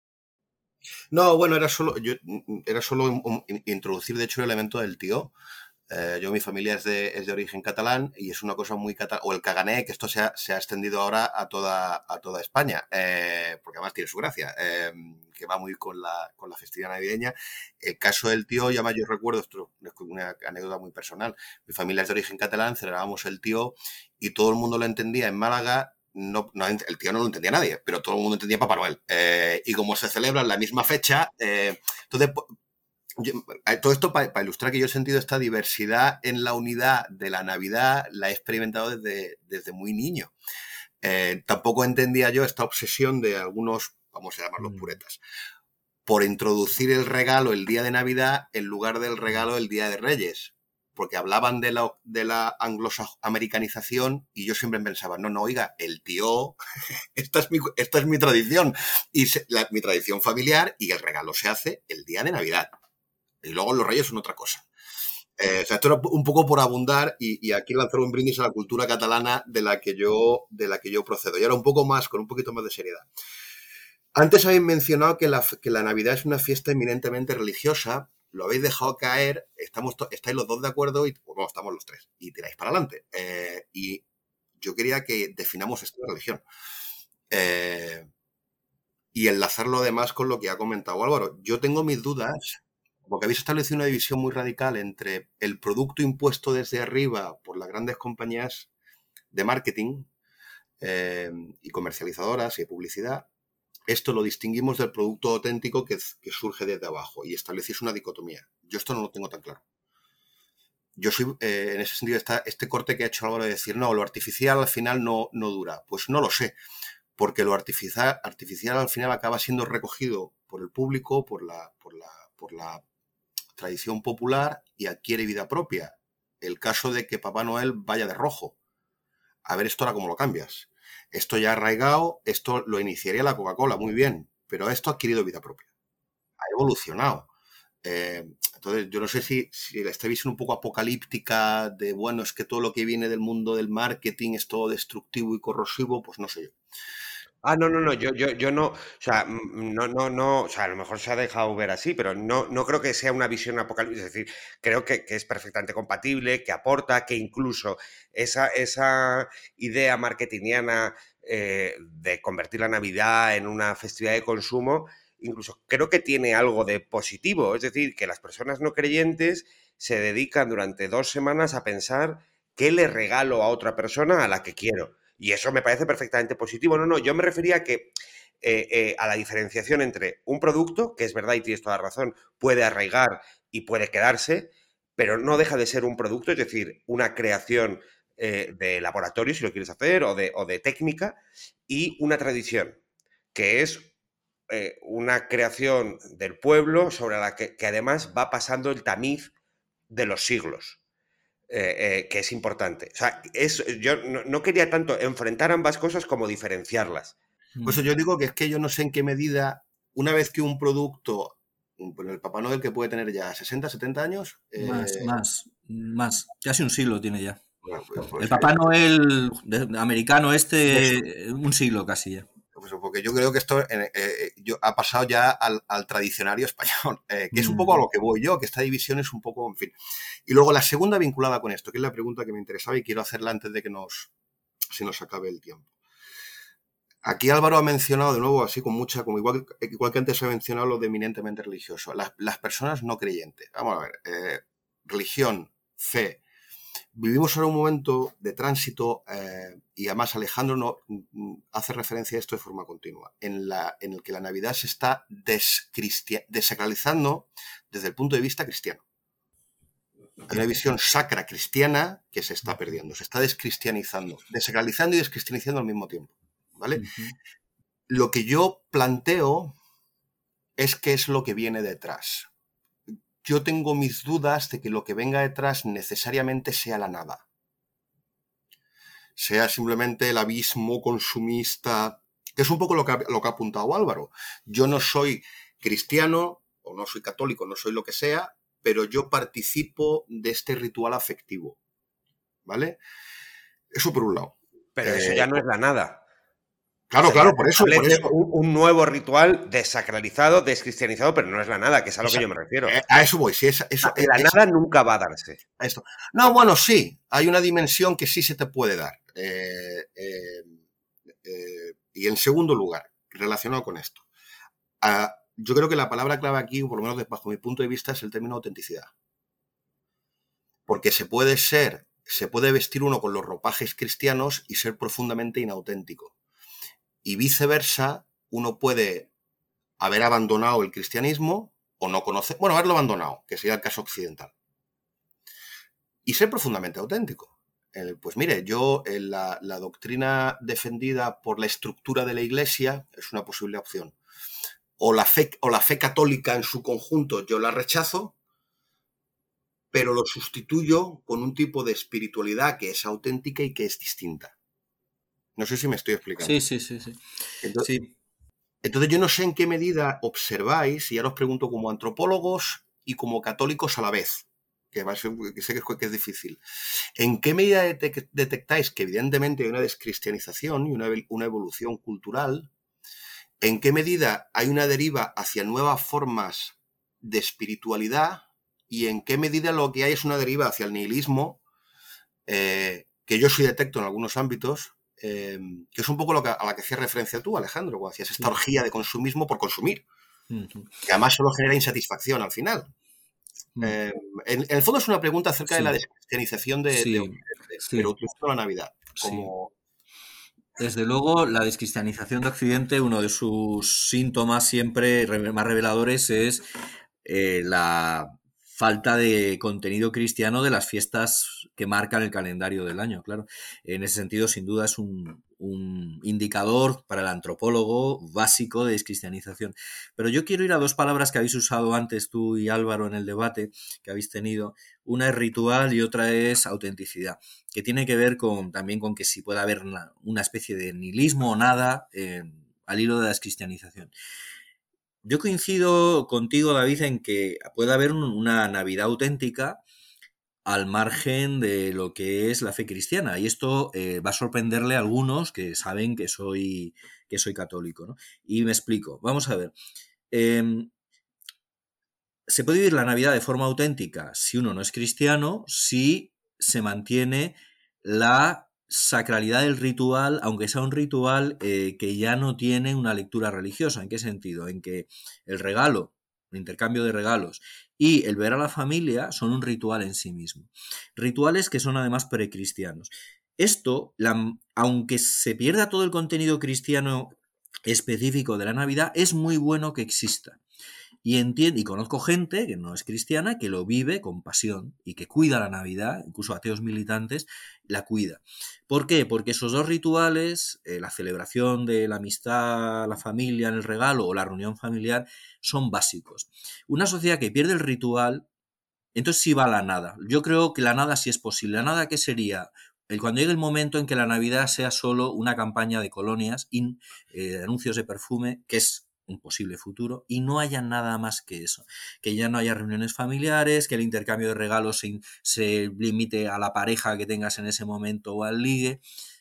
No, bueno, era solo, yo, era solo un, un, introducir, de hecho, el elemento del tío. Eh, yo, mi familia es de, es de origen catalán y es una cosa muy catalán, o el cagané, que esto se ha, se ha extendido ahora a toda, a toda España, eh, porque además tiene su gracia, eh, que va muy con la, con la festividad navideña. El caso del tío, ya más yo recuerdo, esto es una anécdota muy personal, mi familia es de origen catalán, celebrábamos el tío y todo el mundo lo entendía en Málaga no, no, el tío no lo entendía nadie, pero todo el mundo entendía Papá Noel. Eh, y como se celebra en la misma fecha, eh, entonces, yo, todo esto para pa ilustrar que yo he sentido esta diversidad en la unidad de la Navidad, la he experimentado desde, desde muy niño. Eh, tampoco entendía yo esta obsesión de algunos, vamos a llamarlos puretas, por introducir el regalo el día de Navidad en lugar del regalo el día de Reyes. Porque hablaban de la, de la angloamericanización y yo siempre pensaba, no, no, oiga, el tío, esta es mi, esta es mi tradición, y se, la, mi tradición familiar, y el regalo se hace el día de Navidad. Y luego los Reyes son otra cosa. Eh, o sea, esto era un poco por abundar y, y aquí lanzar un brindis a la cultura catalana de la que yo, de la que yo procedo. Y ahora un poco más, con un poquito más de seriedad. Antes habéis mencionado que la, que la Navidad es una fiesta eminentemente religiosa. Lo habéis dejado caer, estamos estáis los dos de acuerdo y bueno, estamos los tres y tiráis para adelante. Eh, y yo quería que definamos esta religión eh, y enlazarlo además con lo que ha comentado Álvaro. Yo tengo mis dudas porque habéis establecido una división muy radical entre el producto impuesto desde arriba por las grandes compañías de marketing eh, y comercializadoras y de publicidad. Esto lo distinguimos del producto auténtico que, que surge desde abajo y establecís una dicotomía. Yo esto no lo tengo tan claro. Yo soy, eh, en ese sentido, está este corte que ha hecho Álvaro de decir, no, lo artificial al final no, no dura. Pues no lo sé, porque lo artificial, artificial al final acaba siendo recogido por el público, por la, por la, por la tradición popular y adquiere vida propia. El caso de que Papá Noel vaya de rojo. A ver esto ahora cómo lo cambias. Esto ya ha arraigado, esto lo iniciaría la Coca-Cola, muy bien, pero esto ha adquirido vida propia. Ha evolucionado. Eh, entonces, yo no sé si, si esta visión un poco apocalíptica de, bueno, es que todo lo que viene del mundo del marketing es todo destructivo y corrosivo, pues no sé yo. Ah, no, no, no, yo, yo, yo no, o sea, no, no, no, o sea, a lo mejor se ha dejado ver así, pero no, no creo que sea una visión apocalíptica, es decir, creo que, que es perfectamente compatible, que aporta, que incluso esa, esa idea marketingiana eh, de convertir la Navidad en una festividad de consumo, incluso creo que tiene algo de positivo, es decir, que las personas no creyentes se dedican durante dos semanas a pensar qué le regalo a otra persona a la que quiero. Y eso me parece perfectamente positivo. No, no, yo me refería a que eh, eh, a la diferenciación entre un producto, que es verdad y tienes toda la razón, puede arraigar y puede quedarse, pero no deja de ser un producto, es decir, una creación eh, de laboratorio, si lo quieres hacer, o de, o de técnica, y una tradición, que es eh, una creación del pueblo sobre la que, que además va pasando el tamiz de los siglos. Eh, eh, que es importante. O sea, es, yo no, no quería tanto enfrentar ambas cosas como diferenciarlas. Por eso yo digo que es que yo no sé en qué medida, una vez que un producto, bueno, el Papá Noel que puede tener ya sesenta, setenta años... Más, eh, más, más. Casi un siglo tiene ya. Bueno, pues, pues, el Papá eh, Noel americano este, eso. Un siglo casi ya. Pues porque yo creo que esto eh, eh, yo, ha pasado ya al, al tradicionario español, eh, que es un poco a lo que voy yo, que esta división es un poco, en fin. Y luego la segunda vinculada con esto, que es la pregunta que me interesaba y quiero hacerla antes de que nos, se nos acabe el tiempo. Aquí Álvaro ha mencionado de nuevo, así con mucha, como igual, igual que antes ha mencionado lo de eminentemente religioso, las, las personas no creyentes. Vamos a ver, eh, religión, fe. Vivimos ahora un momento de tránsito eh, y además Alejandro no, hace referencia a esto de forma continua, en, la, en el que la Navidad se está desacralizando desde el punto de vista cristiano. Hay una visión sacra cristiana que se está perdiendo, se está descristianizando, desacralizando y descristianizando al mismo tiempo. ¿Vale? Uh-huh. Lo que yo planteo es qué es lo que viene detrás. Yo tengo mis dudas de que lo que venga detrás necesariamente sea la nada. Sea simplemente el abismo consumista, que es un poco lo que ha, lo que ha apuntado Álvaro. Yo no soy cristiano, o no soy católico, no soy lo que sea, pero yo participo de este ritual afectivo. ¿Vale? Eso por un lado. Pero eh, eso ya no es la nada. Claro, o sea, claro, por eso. Por eso. Un, un nuevo ritual desacralizado, descristianizado, pero no es la nada, que es a lo Exacto. que yo me refiero. A eso voy, sí. Eso, eso, la eso, nada nunca va a darse. A esto. No, bueno, sí. Hay una dimensión que sí se te puede dar. Eh, eh, eh, y en segundo lugar, relacionado con esto, uh, yo creo que la palabra clave aquí, por lo menos bajo mi punto de vista, es el término autenticidad. Porque se puede ser se puede vestir uno con los ropajes cristianos y ser profundamente inauténtico. Y viceversa, uno puede haber abandonado el cristianismo o no conocer, bueno, haberlo abandonado, que sería el caso occidental, y ser profundamente auténtico. Eh, pues mire, yo eh, la, la doctrina defendida por la estructura de la Iglesia es una posible opción. O la fe, o la fe católica en su conjunto yo la rechazo, pero lo sustituyo con un tipo de espiritualidad que es auténtica y que es distinta. No sé si me estoy explicando. Sí, sí, sí, sí. Entonces, sí. entonces yo no sé en qué medida observáis, y ahora os pregunto como antropólogos y como católicos a la vez, que, va a ser, que sé que es, que es difícil. ¿En qué medida detec- detectáis que evidentemente hay una descristianización y una, una evolución cultural? ¿En qué medida hay una deriva hacia nuevas formas de espiritualidad? ¿Y en qué medida lo que hay es una deriva hacia el nihilismo, eh, que yo sí detecto en algunos ámbitos, eh, que es un poco lo que, a la que hacías referencia tú, Alejandro, cuando hacías esta orgía de consumismo por consumir, Uh-huh. que además solo genera insatisfacción al final? Uh-huh. Eh, en, en el fondo es una pregunta acerca sí. de la descristianización de, sí. de Occidente, sí. pero utilizando la Navidad como... Sí. Desde luego, la descristianización de Occidente, uno de sus síntomas siempre más reveladores es eh, la falta de contenido cristiano de las fiestas que marcan el calendario del año, claro. En ese sentido, sin duda, es un, un indicador para el antropólogo básico de descristianización. Pero yo quiero ir a dos palabras que habéis usado antes tú y Álvaro en el debate que habéis tenido. Una es ritual y otra es autenticidad, que tiene que ver con también con que si puede haber una, una especie de nihilismo o nada eh, al hilo de la descristianización. Yo coincido contigo, David, en que puede haber una Navidad auténtica al margen de lo que es la fe cristiana. Y esto eh, va a sorprenderle a algunos que saben que soy, que soy católico, ¿no? Y me explico. Vamos a ver. Eh, se puede vivir la Navidad de forma auténtica si uno no es cristiano, si se mantiene la sacralidad del ritual, aunque sea un ritual eh, que ya no tiene una lectura religiosa. ¿En qué sentido? En que el regalo, el intercambio de regalos y el ver a la familia son un ritual en sí mismo. Rituales que son además precristianos. Esto, la, aunque se pierda todo el contenido cristiano específico de la Navidad, es muy bueno que exista. Y entiendo, y conozco gente que no es cristiana que lo vive con pasión y que cuida la Navidad, incluso ateos militantes la cuida. ¿Por qué? Porque esos dos rituales, eh, la celebración de la amistad, la familia en el regalo o la reunión familiar, son básicos. Una sociedad que pierde el ritual, entonces sí va a la nada. Yo creo que la nada sí es posible. ¿La nada qué sería? El, cuando llegue el momento en que la Navidad sea solo una campaña de colonias, in, eh, de anuncios de perfume, que es un posible futuro, y no haya nada más que eso, que ya no haya reuniones familiares, que el intercambio de regalos se, se limite a la pareja que tengas en ese momento o al ligue.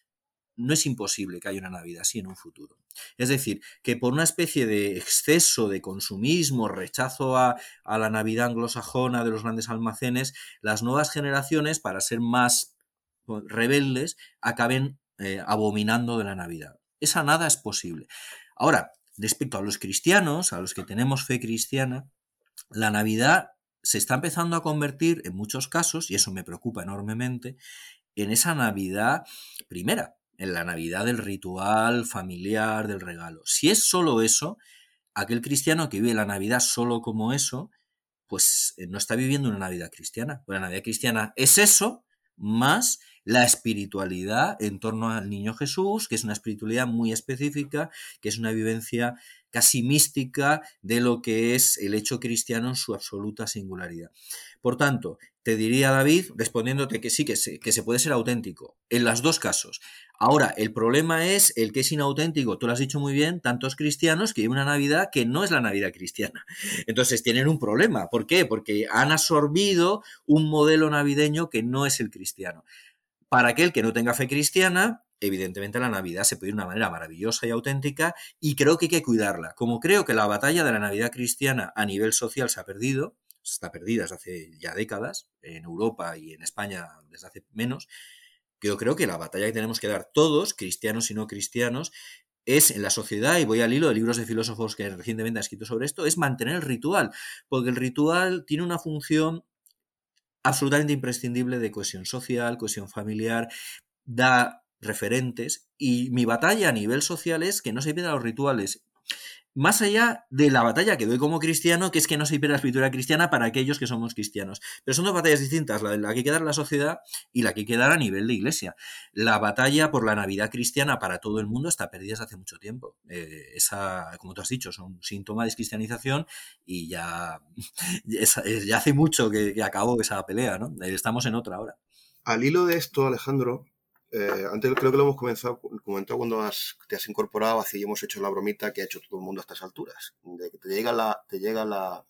No es imposible que haya una Navidad así en un futuro. Es decir, que por una especie de exceso de consumismo, rechazo a, a la Navidad anglosajona de los grandes almacenes, las nuevas generaciones, para ser más rebeldes, acaben eh, abominando de la Navidad. Esa nada es posible. Ahora, respecto a los cristianos, a los que tenemos fe cristiana, la Navidad se está empezando a convertir en muchos casos, y eso me preocupa enormemente, en esa Navidad primera, en la Navidad del ritual familiar, del regalo. Si es solo eso, aquel cristiano que vive la Navidad solo como eso, pues no está viviendo una Navidad cristiana. Pues la Navidad cristiana es eso, más la espiritualidad en torno al niño Jesús, que es una espiritualidad muy específica, que es una vivencia casi mística de lo que es el hecho cristiano en su absoluta singularidad. Por tanto, te diría, David, respondiéndote que sí, que se, que se puede ser auténtico, en los dos casos. Ahora, el problema es el que es inauténtico, tú lo has dicho muy bien, tantos cristianos que viven una Navidad que no es la Navidad cristiana. Entonces tienen un problema. ¿Por qué? Porque han absorbido un modelo navideño que no es el cristiano. Para aquel que no tenga fe cristiana, evidentemente la Navidad se puede ir de una manera maravillosa y auténtica, y creo que hay que cuidarla. Como creo que la batalla de la Navidad cristiana a nivel social se ha perdido, está perdida desde hace ya décadas, en Europa y en España desde hace menos, yo creo que la batalla que tenemos que dar todos, cristianos y no cristianos, es en la sociedad, y voy al hilo de libros de filósofos que recientemente han escrito sobre esto, es mantener el ritual, porque el ritual tiene una función absolutamente imprescindible de cohesión social, cohesión familiar, da referentes, y mi batalla a nivel social es que no se pierdan los rituales. Más allá de la batalla que doy como cristiano, que es que no se pierda la escritura cristiana para aquellos que somos cristianos. Pero son dos batallas distintas, la, la que hay que dar en la sociedad y la que hay que dar a nivel de iglesia. La batalla por la Navidad cristiana para todo el mundo está perdida desde hace mucho tiempo. Eh, esa, como tú has dicho, son un síntoma de descristianización y ya, ya hace mucho que, que acabó esa pelea, ¿no? Estamos en otra ahora. Al hilo de esto, Alejandro, Eh, antes creo que lo hemos comenzado, comentado cuando has, te has incorporado, así hemos hecho la bromita que ha hecho todo el mundo a estas alturas, de que te llega la, te llega la,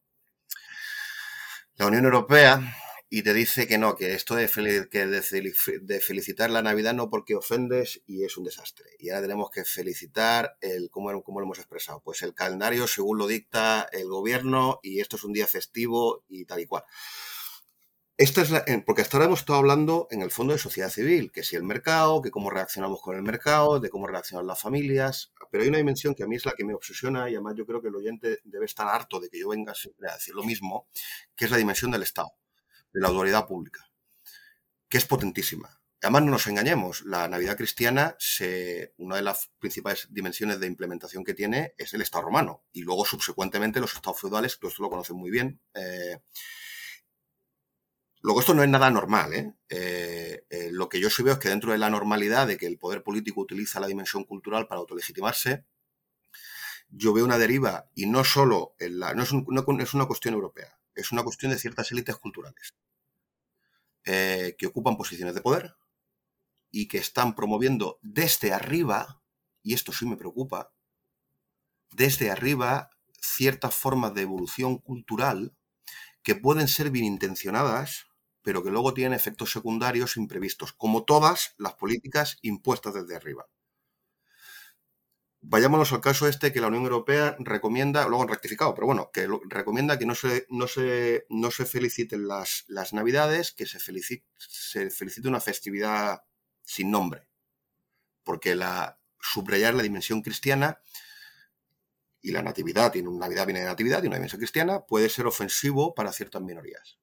la Unión Europea y te dice que no, que esto de, fel, que de, de felicitar la Navidad no porque ofendes y es un desastre. Y ahora tenemos que felicitar el, ¿cómo, cómo lo hemos expresado? Pues el calendario según lo dicta el gobierno y esto es un día festivo y tal y cual. Esta es la, porque hasta ahora hemos estado hablando en el fondo de sociedad civil, que si el mercado, que cómo reaccionamos con el mercado, de cómo reaccionan las familias, pero hay una dimensión que a mí es la que me obsesiona y además yo creo que el oyente debe estar harto de que yo venga siempre a decir lo mismo, que es la dimensión del Estado, de la autoridad pública, que es potentísima. Además no nos engañemos, la Navidad cristiana, se, una de las principales dimensiones de implementación que tiene es el Estado romano y luego subsecuentemente los estados feudales, que esto lo conocen muy bien. Eh, Luego, esto no es nada normal, ¿eh? Eh, eh, lo que yo sí veo es que dentro de la normalidad de que el poder político utiliza la dimensión cultural para autolegitimarse, yo veo una deriva, y no solo, en la, no, es un, no es una cuestión europea, es una cuestión de ciertas élites culturales eh, que ocupan posiciones de poder y que están promoviendo desde arriba, y esto sí me preocupa, desde arriba ciertas formas de evolución cultural que pueden ser bien intencionadas, pero que luego tienen efectos secundarios imprevistos, como todas las políticas impuestas desde arriba. Vayámonos al caso este que la Unión Europea recomienda, luego han rectificado, pero bueno, que lo, recomienda que no se, no se, no se feliciten las, las Navidades, que se felicite, se felicite una festividad sin nombre, porque la, subrayar la dimensión cristiana y la natividad, tiene una Navidad viene de natividad y una dimensión cristiana, puede ser ofensivo para ciertas minorías.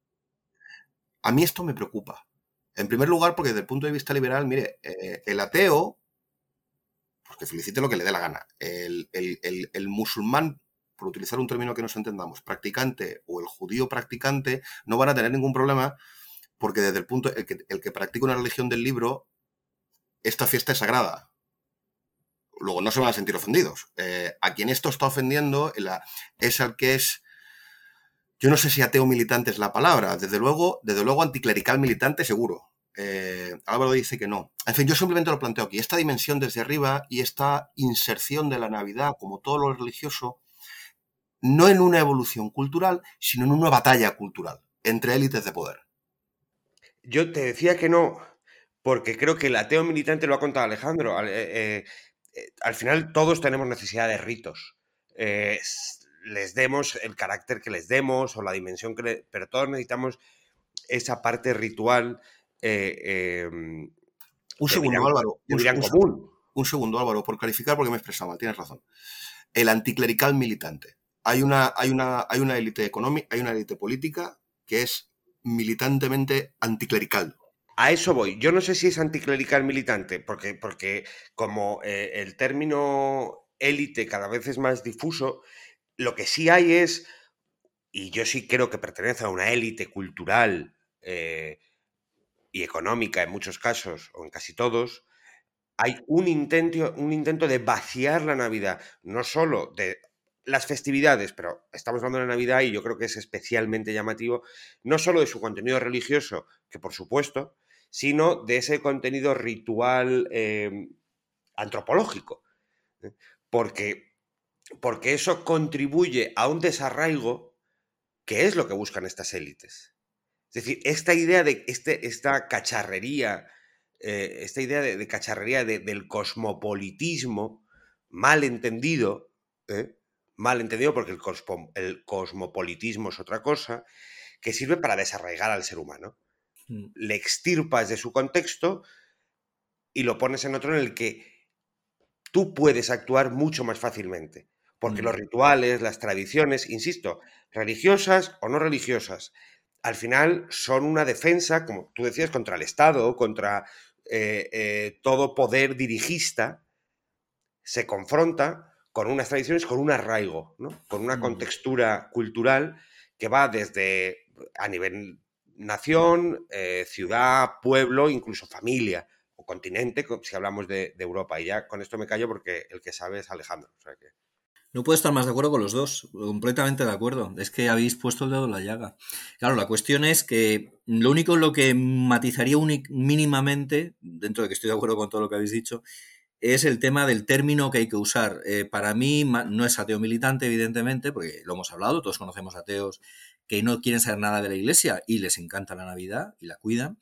A mí esto me preocupa. En primer lugar, porque desde el punto de vista liberal, mire, eh, el ateo, pues que felicite lo que le dé la gana. El, el, el, el musulmán, por utilizar un término que nos entendamos, practicante o el judío practicante, no van a tener ningún problema porque desde el punto, el que, el que practica una religión del libro, esta fiesta es sagrada. Luego no se van a sentir ofendidos. Eh, a quien esto está ofendiendo la, es al que es, yo no sé si ateo militante es la palabra, desde luego, desde luego anticlerical militante seguro. Eh, Álvaro dice que no. En fin, yo simplemente lo planteo aquí. Esta dimensión desde arriba y esta inserción de la Navidad, como todo lo religioso, no en una evolución cultural, sino en una batalla cultural entre élites de poder. Yo te decía que no, porque creo que el ateo militante lo ha contado Alejandro. Eh, eh, al final todos tenemos necesidad de ritos. Eh, les demos el carácter que les demos o la dimensión que le... Pero todos necesitamos esa parte ritual. Eh, eh, un segundo, Álvaro. Un, un, común. Un segundo, Álvaro, por clarificar, porque me he expresado mal, tienes razón. El anticlerical militante. Hay una, hay una, hay una élite económica, hay una élite política que es militantemente anticlerical. A eso voy. Yo no sé si es anticlerical militante, porque, porque como eh, el término élite cada vez es más difuso, lo que sí hay es, y yo sí creo que pertenece a una élite cultural eh, y económica en muchos casos, o en casi todos, hay un intento, un intento de vaciar la Navidad, no solo de las festividades, pero estamos hablando de la Navidad y yo creo que es especialmente llamativo, no solo de su contenido religioso, que por supuesto, sino de ese contenido ritual eh, antropológico. Porque, porque eso contribuye a un desarraigo que es lo que buscan estas élites. Es decir, esta idea de este, esta cacharrería, eh, esta idea de, de cacharrería de, del cosmopolitismo, mal entendido, ¿eh? mal entendido porque el, cosmo, el cosmopolitismo es otra cosa, que sirve para desarraigar al ser humano. Mm. Le extirpas de su contexto y lo pones en otro en el que tú puedes actuar mucho más fácilmente. Porque mm. los rituales, las tradiciones, insisto, religiosas o no religiosas, al final son una defensa, como tú decías, contra el Estado, contra eh, eh, todo poder dirigista, se confronta con unas tradiciones, con un arraigo, ¿no? Con una contextura cultural que va desde a nivel nación, eh, ciudad, pueblo, incluso familia o continente, si hablamos de, de Europa. Y ya con esto me callo porque el que sabe es Alejandro. O sea que... No puedo estar más de acuerdo con los dos, completamente de acuerdo. Es que habéis puesto el dedo en la llaga. Claro, la cuestión es que lo único en lo que matizaría mínimamente, dentro de que estoy de acuerdo con todo lo que habéis dicho, es el tema del término que hay que usar. Eh, para mí no es ateo militante, evidentemente, porque lo hemos hablado, todos conocemos ateos que no quieren saber nada de la Iglesia y les encanta la Navidad y la cuidan.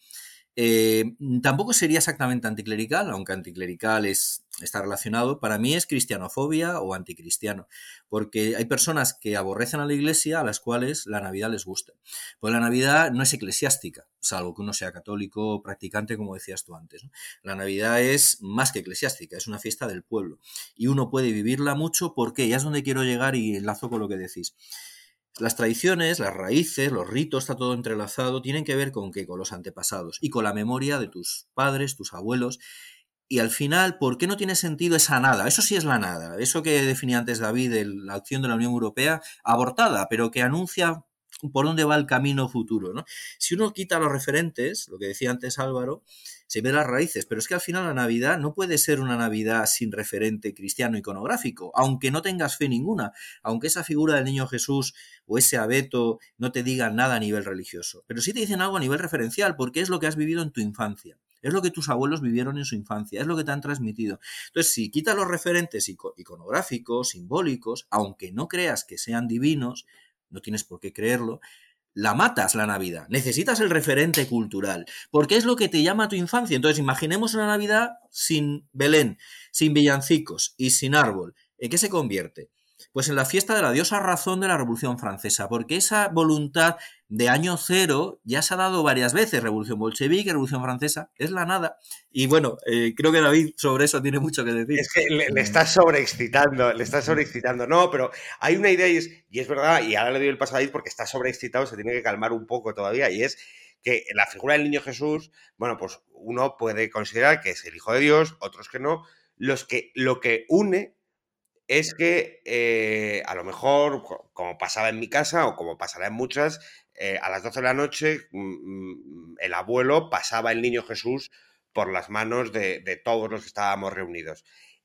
Eh, tampoco sería exactamente anticlerical, aunque anticlerical es, está relacionado. Para mí es cristianofobia o anticristiano, porque hay personas que aborrecen a la Iglesia a las cuales la Navidad les gusta. Pues la Navidad no es eclesiástica, salvo que uno sea católico o practicante, como decías tú antes, ¿no? La Navidad es más que eclesiástica, es una fiesta del pueblo y uno puede vivirla mucho porque, ya es donde quiero llegar y enlazo con lo que decís. Las tradiciones, las raíces, los ritos, está todo entrelazado, tienen que ver con qué, con los antepasados y con la memoria de tus padres, tus abuelos. Y al final, ¿por qué no tiene sentido esa nada? Eso sí es la nada, eso que definía antes David, la acción de la Unión Europea, abortada, pero que anuncia por dónde va el camino futuro, ¿no? Si uno quita los referentes, lo que decía antes Álvaro, se ve las raíces, pero es que al final la Navidad no puede ser una Navidad sin referente cristiano iconográfico, aunque no tengas fe ninguna, aunque esa figura del niño Jesús o ese abeto no te digan nada a nivel religioso, pero sí te dicen algo a nivel referencial, porque es lo que has vivido en tu infancia, es lo que tus abuelos vivieron en su infancia, es lo que te han transmitido. Entonces, si quitas los referentes iconográficos, simbólicos, aunque no creas que sean divinos, no tienes por qué creerlo, la matas la Navidad, necesitas el referente cultural, porque es lo que te llama a tu infancia. Entonces imaginemos una Navidad sin Belén, sin villancicos y sin árbol. ¿En qué se convierte? Pues en la fiesta de la diosa razón de la Revolución Francesa, porque esa voluntad de año cero ya se ha dado varias veces, Revolución Bolchevique, Revolución Francesa, es la nada. Y bueno, eh, creo que David sobre eso tiene mucho que decir. Es que le, le estás sobreexcitando, le estás sobreexcitando. No, pero hay una idea y es, y es verdad, y ahora le doy el paso a David porque está sobreexcitado, se tiene que calmar un poco todavía, y es que la figura del niño Jesús, bueno, pues uno puede considerar que es el Hijo de Dios, otros que no. Los que, lo que une es que eh, a lo mejor, como pasaba en mi casa o como pasará en muchas, eh, a las doce de la noche mmm, el abuelo pasaba el niño Jesús por las manos de, de todos los que estábamos reunidos.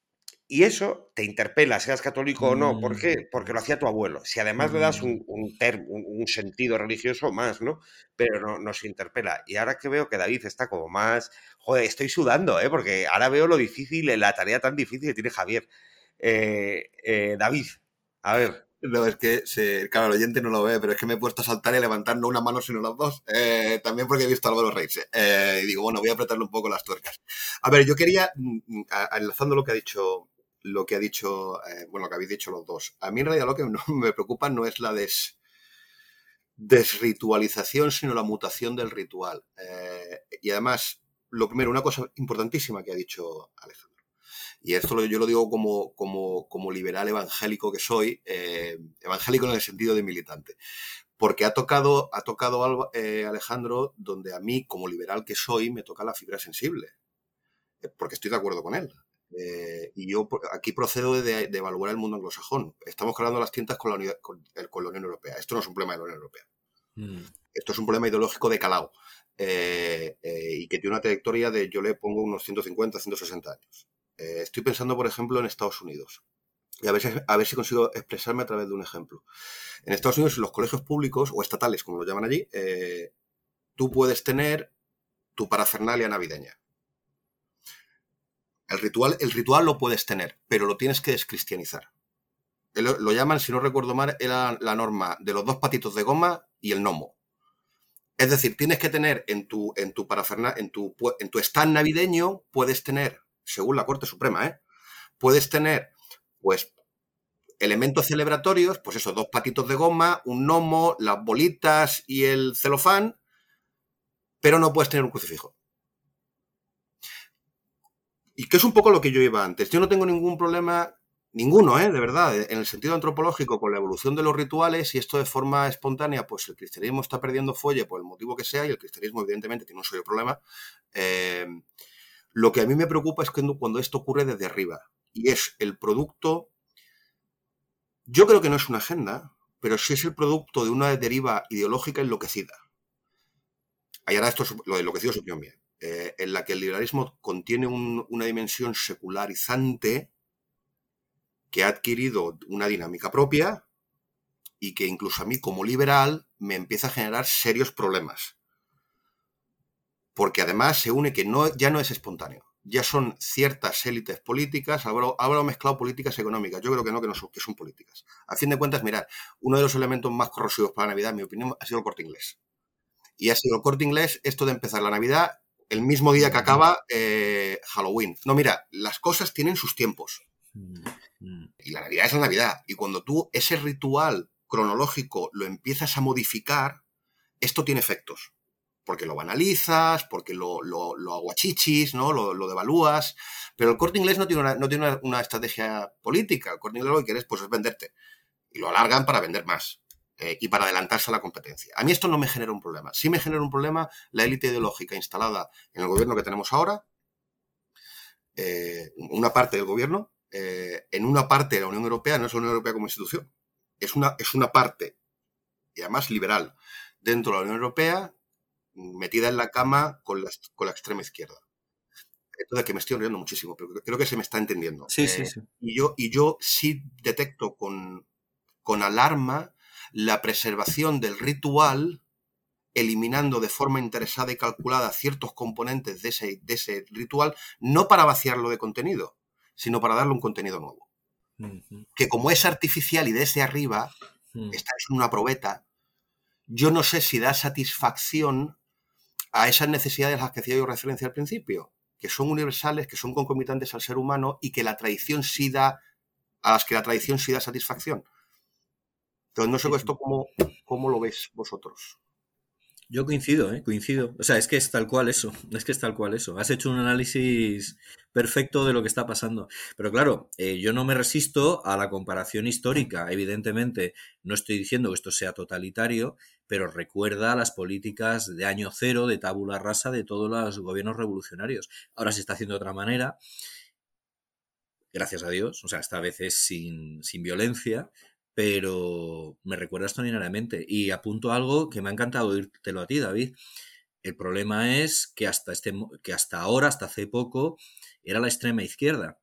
Y eso te interpela, seas católico o no. ¿Por qué? Porque lo hacía tu abuelo. Si además le das un, un, ter, un, un sentido religioso, más, ¿no? Pero no, nos interpela. Y ahora que veo que David está como más... Joder, estoy sudando, ¿eh? Porque ahora veo lo difícil, la tarea tan difícil que tiene Javier. Eh, eh, David, a ver. No, es que, se, claro, el oyente no lo ve, pero es que me he puesto a saltar y a levantar no una mano sino las dos. Eh, también porque he visto a Álvaro reírse. Eh, y digo, bueno, voy a apretarle un poco las tuercas. A ver, yo quería, a, a, enlazando lo que ha dicho, lo que ha dicho, eh, bueno, lo que habéis dicho los dos. A mí en realidad lo que no, me preocupa no es la des, desritualización, sino la mutación del ritual. Eh, y además, lo primero, una cosa importantísima que ha dicho Alejandro. Y esto lo, yo lo digo como, como, como liberal evangélico que soy, eh, evangélico en el sentido de militante, porque ha tocado, ha tocado algo, eh, Alejandro, donde a mí, como liberal que soy, me toca la fibra sensible, eh, porque estoy de acuerdo con él. Eh, y yo aquí procedo de, de evaluar el mundo anglosajón. Estamos cargando las tintas con la, unidad, con, con la Unión Europea. Esto no es un problema de la Unión Europea. Mm. Esto es un problema ideológico de calado, eh, eh, y que tiene una trayectoria de, yo le pongo unos ciento cincuenta, ciento sesenta años. Eh, estoy pensando, por ejemplo, en Estados Unidos. Y a ver, si, a ver si consigo expresarme a través de un ejemplo. En Estados Unidos, en los colegios públicos, o estatales, como lo llaman allí, eh, tú puedes tener tu parafernalia navideña. El ritual, el ritual lo puedes tener, pero lo tienes que descristianizar. Lo, lo llaman, si no recuerdo mal, era la norma de los dos patitos de goma y el gnomo. Es decir, tienes que tener en tu, en tu parafernalia, en tu, en tu stand navideño, puedes tener, según la Corte Suprema, ¿eh? Puedes tener, pues, elementos celebratorios, pues eso, dos patitos de goma, un gnomo, las bolitas y el celofán, pero no puedes tener un crucifijo. Y que es un poco lo que yo iba antes. Yo no tengo ningún problema Ninguno, ¿eh? De verdad. En el sentido antropológico, con la evolución de los rituales y esto de forma espontánea, pues el cristianismo está perdiendo fuelle por el motivo que sea y el cristianismo evidentemente tiene un serio problema. Eh, lo que a mí me preocupa es cuando, cuando esto ocurre desde arriba y es el producto, yo creo que no es una agenda, pero sí es el producto de una deriva ideológica enloquecida. Y ahora esto es lo de enloquecido es opinión mía, eh, en la que el liberalismo contiene un, una dimensión secularizante que ha adquirido una dinámica propia y que incluso a mí como liberal me empieza a generar serios problemas. Porque además se une que no, ya no es espontáneo. Ya son ciertas élites políticas, ahora, ahora mezclado políticas económicas. Yo creo que no, que no son, que son políticas. A fin de cuentas, mirad, uno de los elementos más corrosivos para la Navidad, en mi opinión, ha sido el Corte Inglés. Y ha sido el Corte Inglés esto de empezar la Navidad el mismo día que acaba eh, Halloween. No, mira, las cosas tienen sus tiempos. Y la Navidad es la Navidad. Y cuando tú ese ritual cronológico lo empiezas a modificar, esto tiene efectos. Porque lo banalizas, porque lo, lo, lo aguachichis, ¿no? Lo, lo devalúas. Pero el Corte Inglés no tiene, una, no tiene una, una estrategia política. El Corte Inglés lo que quieres pues, es venderte. Y lo alargan para vender más. Eh, y para adelantarse a la competencia. A mí esto no me genera un problema. Sí me genera un problema la élite ideológica instalada en el gobierno que tenemos ahora, eh, una parte del gobierno, eh, en una parte de la Unión Europea, no es la Unión Europea como institución, es una, es una parte, y además liberal, dentro de la Unión Europea, metida en la cama con la, con la extrema izquierda. Esto de que me estoy riendo muchísimo, pero creo que se me está entendiendo. Sí, eh, sí, sí. Y yo, y yo sí detecto con, con alarma la preservación del ritual, eliminando de forma interesada y calculada ciertos componentes de ese, de ese ritual, no para vaciarlo de contenido, sino para darle un contenido nuevo. Uh-huh. Que como es artificial y desde arriba, uh-huh. está en una probeta, yo no sé si da satisfacción a esas necesidades a las que hacía yo referencia al principio, que son universales, que son concomitantes al ser humano y que la tradición sí da, a las que la tradición sí da satisfacción. Entonces, no sé sí, esto cómo, cómo lo veis vosotros. Yo coincido, ¿eh? coincido. O sea, es que es tal cual eso. Es que es tal cual eso. Has hecho un análisis perfecto de lo que está pasando. Pero claro, eh, yo no me resisto a la comparación histórica. Evidentemente, no estoy diciendo que esto sea totalitario, pero recuerda las políticas de año cero, de tabula rasa de todos los gobiernos revolucionarios. Ahora se está haciendo de otra manera. Gracias a Dios. O sea, esta vez es sin, sin violencia. Pero me recuerda extraordinariamente. Y apunto algo que me ha encantado oírtelo a ti, David. El problema es que hasta, este, que hasta ahora, hasta hace poco, era la extrema izquierda.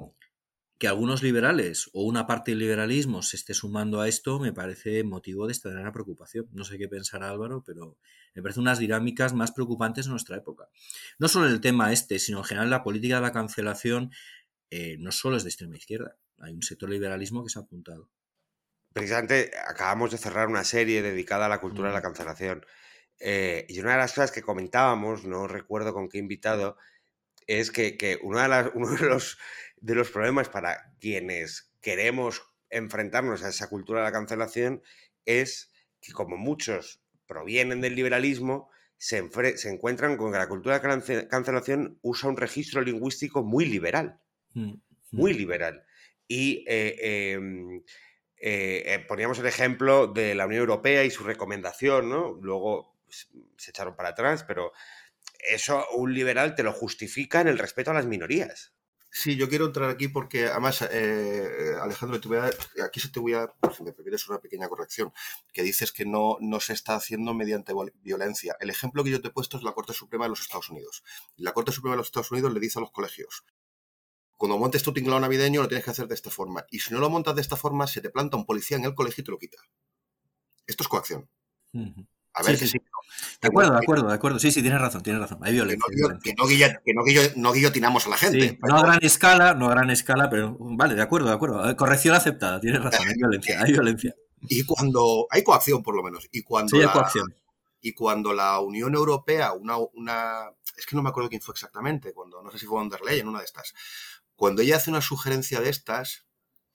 Que algunos liberales o una parte del liberalismo se esté sumando a esto me parece motivo de extraordinaria preocupación. No sé qué pensará Álvaro, pero me parece unas dinámicas más preocupantes en nuestra época. No solo el tema este, sino en general la política de la cancelación eh, no solo es de extrema izquierda. Hay un sector liberalismo que se ha apuntado. Precisamente acabamos de cerrar una serie dedicada a la cultura de la cancelación. Eh, y una de las cosas que comentábamos, no recuerdo con qué invitado, es que, que uno, de las, uno de, los, de los problemas para quienes queremos enfrentarnos a esa cultura de la cancelación es que, como muchos provienen del liberalismo, se, enfre- se encuentran con que la cultura de la cancelación usa un registro lingüístico muy liberal. Mm. Muy liberal. Y... Eh, eh, Eh, eh, poníamos el ejemplo de la Unión Europea y su recomendación, ¿no? Luego se echaron para atrás, pero eso un liberal te lo justifica en el respeto a las minorías. Sí, yo quiero entrar aquí porque, además, eh, Alejandro, te voy a, aquí se te voy a, si me permites una pequeña corrección, que dices que no, no se está haciendo mediante violencia. El ejemplo que yo te he puesto es la Corte Suprema de los Estados Unidos. La Corte Suprema de los Estados Unidos le dice a los colegios: cuando montes tu tinglado navideño lo tienes que hacer de esta forma. Y si no lo montas de esta forma, se te planta un policía en el colegio y te lo quita. Esto es coacción. Uh-huh. A ver, sí, que sí. sí. De acuerdo, de acuerdo, de acuerdo. Sí, sí, tienes razón, tienes razón. Hay violencia. Que no, violencia. Que no, guilla, que no, guilla, no guillotinamos a la gente. Sí, no a gran escala, no a gran escala, pero vale, de acuerdo, de acuerdo. Corrección aceptada, tienes razón, hay violencia, hay violencia. Y cuando... Hay coacción, por lo menos. Y cuando sí, hay la, coacción. Y cuando la Unión Europea, una, una... Es que no me acuerdo quién fue exactamente, cuando no sé si fue von der Leyen, una de estas... Cuando ella hace una sugerencia de estas,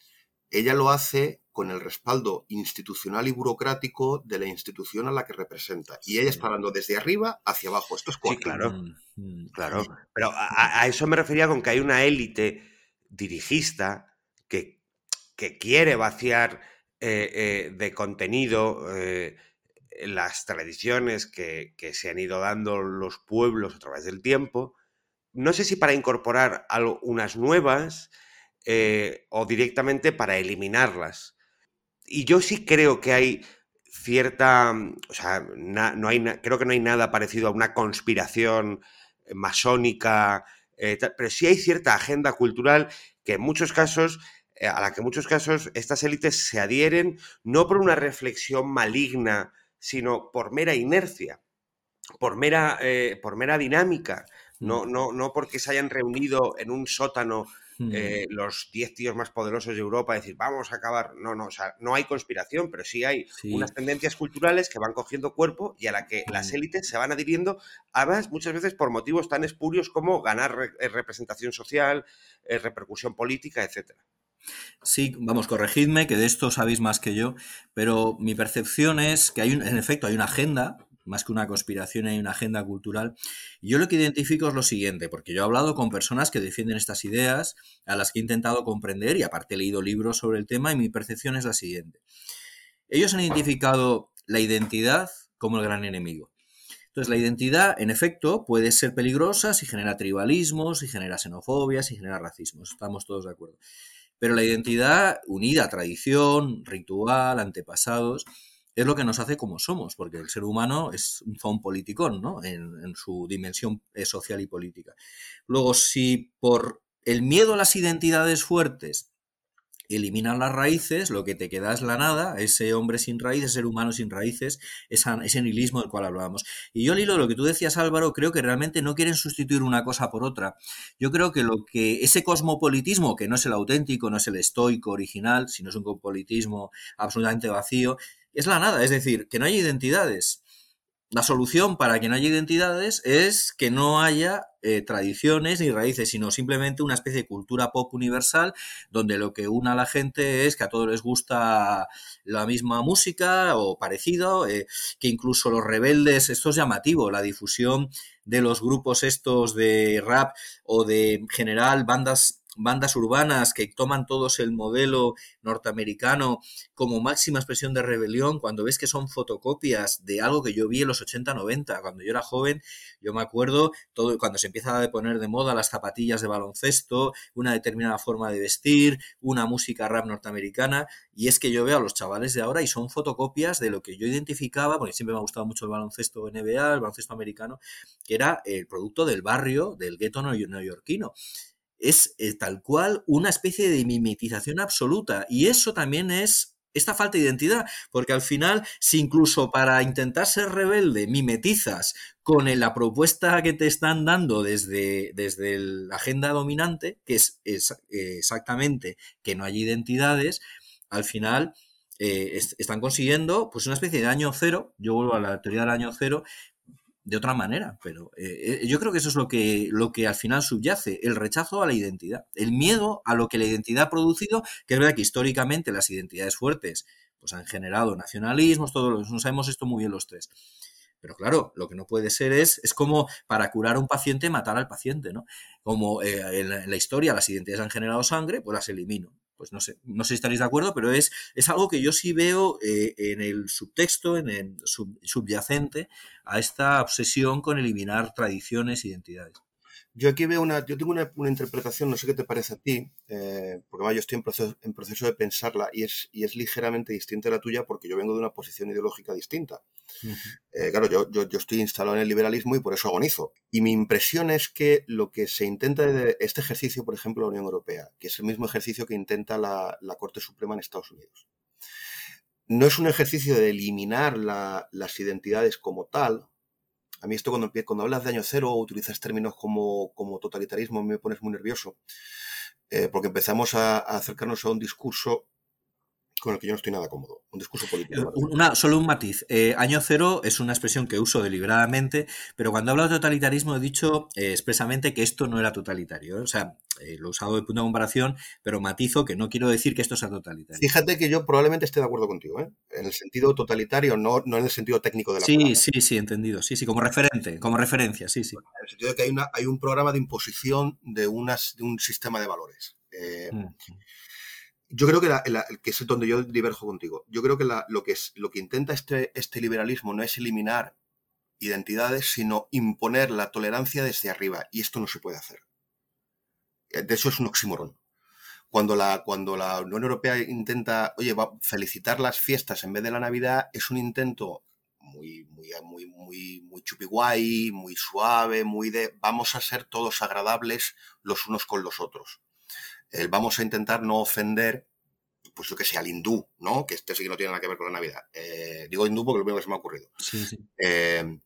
ella lo hace con el respaldo institucional y burocrático de la institución a la que representa. Y ella está hablando desde arriba hacia abajo. Esto es coacción. Sí, claro. Mm, claro. Pero a, a eso me refería con que hay una élite dirigista que que quiere vaciar eh, eh, de contenido eh, las tradiciones que, que se han ido dando los pueblos a través del tiempo. No sé si para incorporar algo, unas nuevas eh, o directamente para eliminarlas. Y yo sí creo que hay cierta, o sea, na, no hay, creo que no hay nada parecido a una conspiración masónica, eh, pero sí hay cierta agenda cultural que en muchos casos, eh, a la que en muchos casos estas élites se adhieren no por una reflexión maligna, sino por mera inercia, por mera, eh, por mera dinámica, no, no, no porque se hayan reunido en un sótano eh, los diez tíos más poderosos de Europa a decir, vamos a acabar. No, no, o sea, no hay conspiración, pero sí hay sí. unas tendencias culturales que van cogiendo cuerpo y a la que las élites se van adhiriendo, además muchas veces por motivos tan espurios como ganar re representación social, eh, repercusión política, etcétera. Sí, vamos, corregidme, que de esto sabéis más que yo, pero mi percepción es que hay un, en efecto hay una agenda, más que una conspiración, hay una agenda cultural. Y yo lo que identifico es lo siguiente, porque yo he hablado con personas que defienden estas ideas, a las que he intentado comprender y aparte he leído libros sobre el tema, y mi percepción es la siguiente. Ellos han identificado la identidad como el gran enemigo. Entonces, la identidad, en efecto, puede ser peligrosa si genera tribalismos, si genera xenofobia, si genera racismo. Estamos todos de acuerdo. Pero la identidad unida a tradición, ritual, antepasados, es lo que nos hace como somos, porque el ser humano es un zoon politicón, ¿no? En, en su dimensión social y política. Luego, si por el miedo a las identidades fuertes eliminan las raíces, lo que te queda es la nada, ese hombre sin raíces, ser humano sin raíces, esa, ese nihilismo del cual hablábamos. Y yo, al hilo de lo que tú decías, Álvaro, creo que realmente no quieren sustituir una cosa por otra. Yo creo que lo que ese cosmopolitismo, que no es el auténtico, no es el estoico original, sino es un cosmopolitismo absolutamente vacío, es la nada, es decir, que no hay identidades. La solución para que no haya identidades es que no haya eh, tradiciones ni raíces, sino simplemente una especie de cultura pop universal donde lo que une a la gente es que a todos les gusta la misma música o parecido, eh, que incluso los rebeldes, esto es llamativo, la difusión de los grupos estos de rap o de en general bandas bandas urbanas que toman todos el modelo norteamericano como máxima expresión de rebelión, cuando ves que son fotocopias de algo que yo vi en los ochenta noventa, cuando yo era joven, yo me acuerdo, todo cuando se empieza a poner de moda las zapatillas de baloncesto, una determinada forma de vestir, una música rap norteamericana, y es que yo veo a los chavales de ahora y son fotocopias de lo que yo identificaba, porque siempre me ha gustado mucho el baloncesto N B A, el baloncesto americano, que era el producto del barrio, del gueto neoyorquino. Es eh, tal cual una especie de mimetización absoluta, y eso también es esta falta de identidad, porque al final, si incluso para intentar ser rebelde mimetizas con la propuesta que te están dando desde, desde la agenda dominante, que es, es eh, exactamente que no hay identidades, al final eh, es, están consiguiendo pues una especie de año cero. Yo vuelvo a la teoría del año cero de otra manera, pero eh, yo creo que eso es lo que, lo que al final subyace, el rechazo a la identidad, el miedo a lo que la identidad ha producido, que es verdad que históricamente las identidades fuertes pues han generado nacionalismos, todos no sabemos esto muy bien los tres. Pero claro, lo que no puede ser es, es como para curar a un paciente matar al paciente, ¿no? Como eh, en, la, en la historia las identidades han generado sangre, pues las elimino. Pues no sé, no sé si estaréis de acuerdo, pero es, es algo que yo sí veo eh, en el subtexto, en el sub, subyacente a esta obsesión con eliminar tradiciones e identidades. Yo aquí veo una, yo tengo una, una interpretación, no sé qué te parece a ti, eh, porque además yo estoy en proceso, en proceso de pensarla y es, y es ligeramente distinta a la tuya porque yo vengo de una posición ideológica distinta. Uh-huh. eh, claro, yo, yo, yo estoy instalado en el liberalismo y por eso agonizo. Y mi impresión es que lo que se intenta de este ejercicio, por ejemplo, la Unión Europea, que es el mismo ejercicio que intenta la, la Corte Suprema en Estados Unidos, no es un ejercicio de eliminar la, las identidades como tal. A mí esto cuando, cuando hablas de año cero o utilizas términos como, como totalitarismo me pones muy nervioso, eh, porque empezamos a, a acercarnos a un discurso con el que yo no estoy nada cómodo, un discurso político. Una, solo un matiz. Eh, año cero es una expresión que uso deliberadamente, pero cuando hablo de totalitarismo he dicho eh, expresamente que esto no era totalitario. ¿eh? O sea, eh, lo he usado de punto de comparación, pero matizo que no quiero decir que esto sea totalitario. Fíjate que yo probablemente esté de acuerdo contigo, ¿eh? En el sentido totalitario, no, no en el sentido técnico de la sí, palabra. Sí, sí, sí, entendido. Sí, sí, como referente, como referencia, sí, sí. En el sentido de que hay, una, hay un programa de imposición de, unas, de un sistema de valores. Eh, mm. yo creo que, la, la, que es donde yo diverjo contigo. Yo creo que la, lo, que es, lo que intenta este, este liberalismo no es eliminar identidades, sino imponer la tolerancia desde arriba. Y esto no se puede hacer. De hecho, es un oxímoron. Cuando la, cuando la Unión Europea intenta, oye, va a felicitar las fiestas en vez de la Navidad, es un intento muy, muy, muy, muy, muy chupiguay, muy suave, muy de vamos a ser todos agradables los unos con los otros. El vamos a intentar no ofender, pues yo que sé, al hindú, ¿no? Que este sí que no tiene nada que ver con la Navidad. Eh, digo hindú porque es lo primero que se me ha ocurrido. Sí, sí. Eh,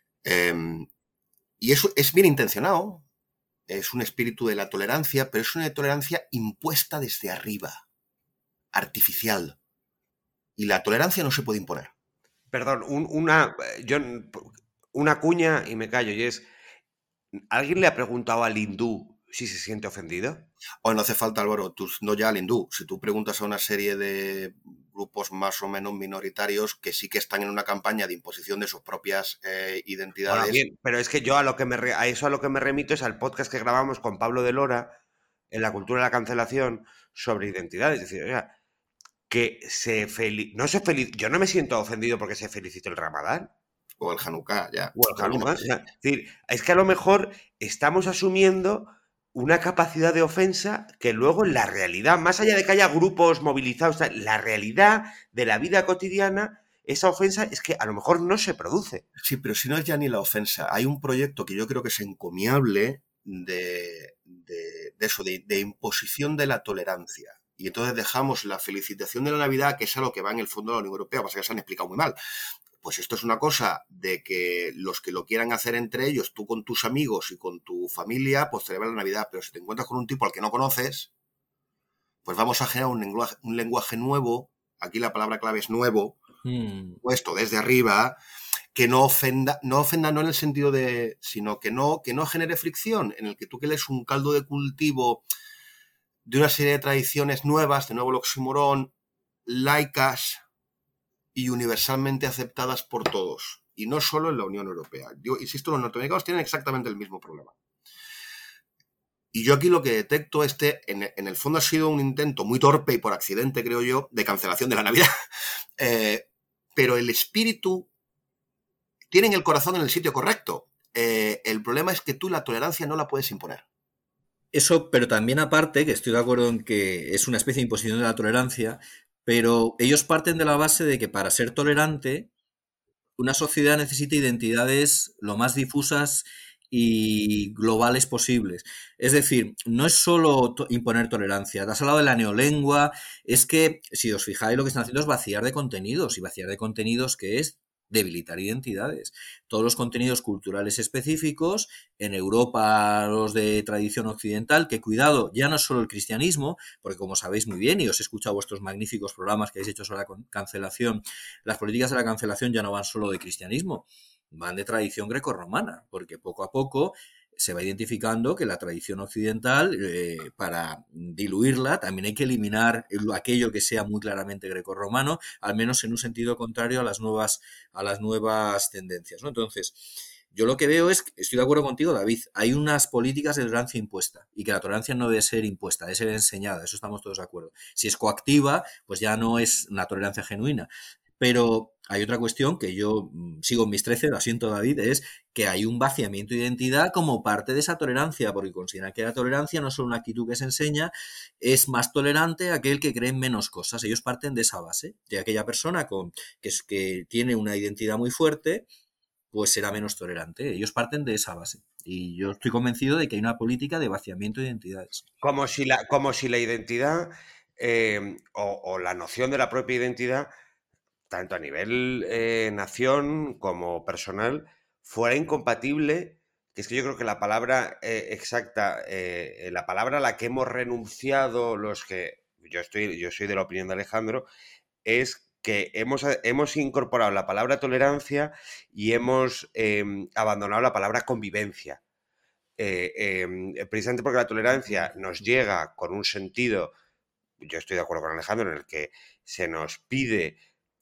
eh, y eso es bien intencionado. Es un espíritu de la tolerancia, pero es una tolerancia impuesta desde arriba, artificial. Y la tolerancia no se puede imponer. Perdón, un, una, yo, una cuña y me callo, y es, ¿alguien le ha preguntado al hindú si se siente ofendido? O no hace falta, Álvaro, tú, no ya al hindú. Si tú preguntas a una serie de grupos más o menos minoritarios que sí que están en una campaña de imposición de sus propias eh, identidades. Ahora bien, pero es que yo a lo que me re, a eso a lo que me remito es al podcast que grabamos con Pablo de Lora en La cultura de la cancelación sobre identidades. Es decir, oiga, que se feliz, no se feliz, yo no me siento ofendido porque se felicite el Ramadán. O el Hanukkah, ya. O el Hanukkah. O sea, es decir, es que a lo mejor estamos asumiendo una capacidad de ofensa que luego en la realidad, más allá de que haya grupos movilizados, la realidad de la vida cotidiana, esa ofensa es que a lo mejor no se produce. Sí, pero si no es ya ni la ofensa. Hay un proyecto que yo creo que es encomiable de, de, de eso, de, de imposición de la tolerancia. Y entonces dejamos la felicitación de la Navidad, que es algo que va en el fondo de la Unión Europea, pasa que se han explicado muy mal. Pues esto es una cosa de que los que lo quieran hacer entre ellos, tú con tus amigos y con tu familia, pues celebran la Navidad. Pero si te encuentras con un tipo al que no conoces, pues vamos a generar un lenguaje, un lenguaje nuevo. Aquí la palabra clave es nuevo, mm. puesto desde arriba, que no ofenda, no ofenda no en el sentido de, sino que no, que no genere fricción, en el que tú quedes un caldo de cultivo de una serie de tradiciones nuevas, de nuevo el oxímoron, laicas y universalmente aceptadas por todos, y no solo en la Unión Europea. Yo insisto, los norteamericanos tienen exactamente el mismo problema. Y yo aquí lo que detecto, este, en, en el fondo ha sido un intento muy torpe y por accidente, creo yo, de cancelación de la Navidad. Eh, pero el espíritu tiene el corazón en el sitio correcto. Eh, el problema es que tú la tolerancia no la puedes imponer. Eso, pero también aparte, que estoy de acuerdo en que es una especie de imposición de la tolerancia, pero ellos parten de la base de que para ser tolerante, una sociedad necesita identidades lo más difusas y globales posibles. Es decir, no es solo to- imponer tolerancia. Te has hablado de la neolengua, es que, si os fijáis, lo que están haciendo es vaciar de contenidos, y vaciar de contenidos, ¿qué es? Debilitar identidades. Todos los contenidos culturales específicos, en Europa los de tradición occidental, que cuidado, ya no es solo el cristianismo, porque como sabéis muy bien, y os he escuchado vuestros magníficos programas que habéis hecho sobre la cancelación, las políticas de la cancelación ya no van solo de cristianismo, van de tradición grecorromana, porque poco a poco se va identificando que la tradición occidental, eh, para diluirla, también hay que eliminar aquello que sea muy claramente grecorromano, al menos en un sentido contrario a las nuevas, a las nuevas tendencias, ¿no? Entonces, yo lo que veo es, estoy de acuerdo contigo, David, hay unas políticas de tolerancia impuesta, y que la tolerancia no debe ser impuesta, debe ser enseñada, eso estamos todos de acuerdo. Si es coactiva, pues ya no es una tolerancia genuina. Pero hay otra cuestión que yo sigo en mis trece, lo siento, David, es que hay un vaciamiento de identidad como parte de esa tolerancia, porque consideran que la tolerancia no es solo una actitud que se enseña, es más tolerante aquel que cree en menos cosas. Ellos parten de esa base, de aquella persona con, que, es, que tiene una identidad muy fuerte, pues será menos tolerante. Ellos parten de esa base. Y yo estoy convencido de que hay una política de vaciamiento de identidades. Como si la, como si la identidad eh, o, o la noción de la propia identidad, tanto a nivel eh, nación como personal, fuera incompatible, que es que yo creo que la palabra eh, exacta, eh, la palabra a la que hemos renunciado los que, yo, estoy, yo soy de la opinión de Alejandro, es que hemos, hemos incorporado la palabra tolerancia y hemos eh, abandonado la palabra convivencia. Eh, eh, precisamente porque la tolerancia nos llega con un sentido, yo estoy de acuerdo con Alejandro, en el que se nos pide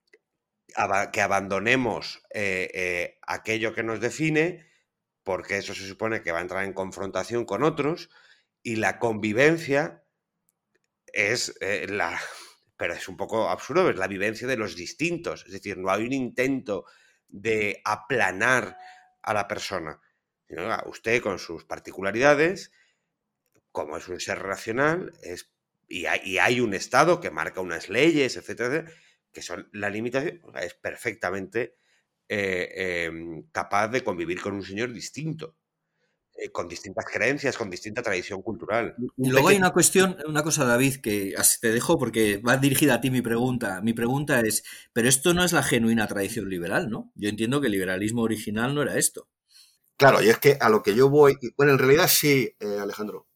que abandonemos eh, eh, aquello que nos define, porque eso se supone que va a entrar en confrontación con otros, y la convivencia es eh, la... Pero es un poco absurdo, es la vivencia de los distintos. Es decir, no hay un intento de aplanar a la persona. Sino, oiga, usted con sus particularidades, como es un ser racional, es, y, hay, y hay un Estado que marca unas leyes, etcétera, etcétera, que son la limitación, es perfectamente eh, eh, capaz de convivir con un señor distinto. Eh, con distintas creencias, con distinta tradición cultural. Y luego hay una cuestión, una cosa, David, que así te dejo porque va dirigida a ti mi pregunta. Mi pregunta es, pero esto no es la genuina tradición liberal, ¿no? Yo entiendo que el liberalismo original no era esto. Claro, y es que a lo que yo voy, bueno, en realidad sí, eh, Alejandro,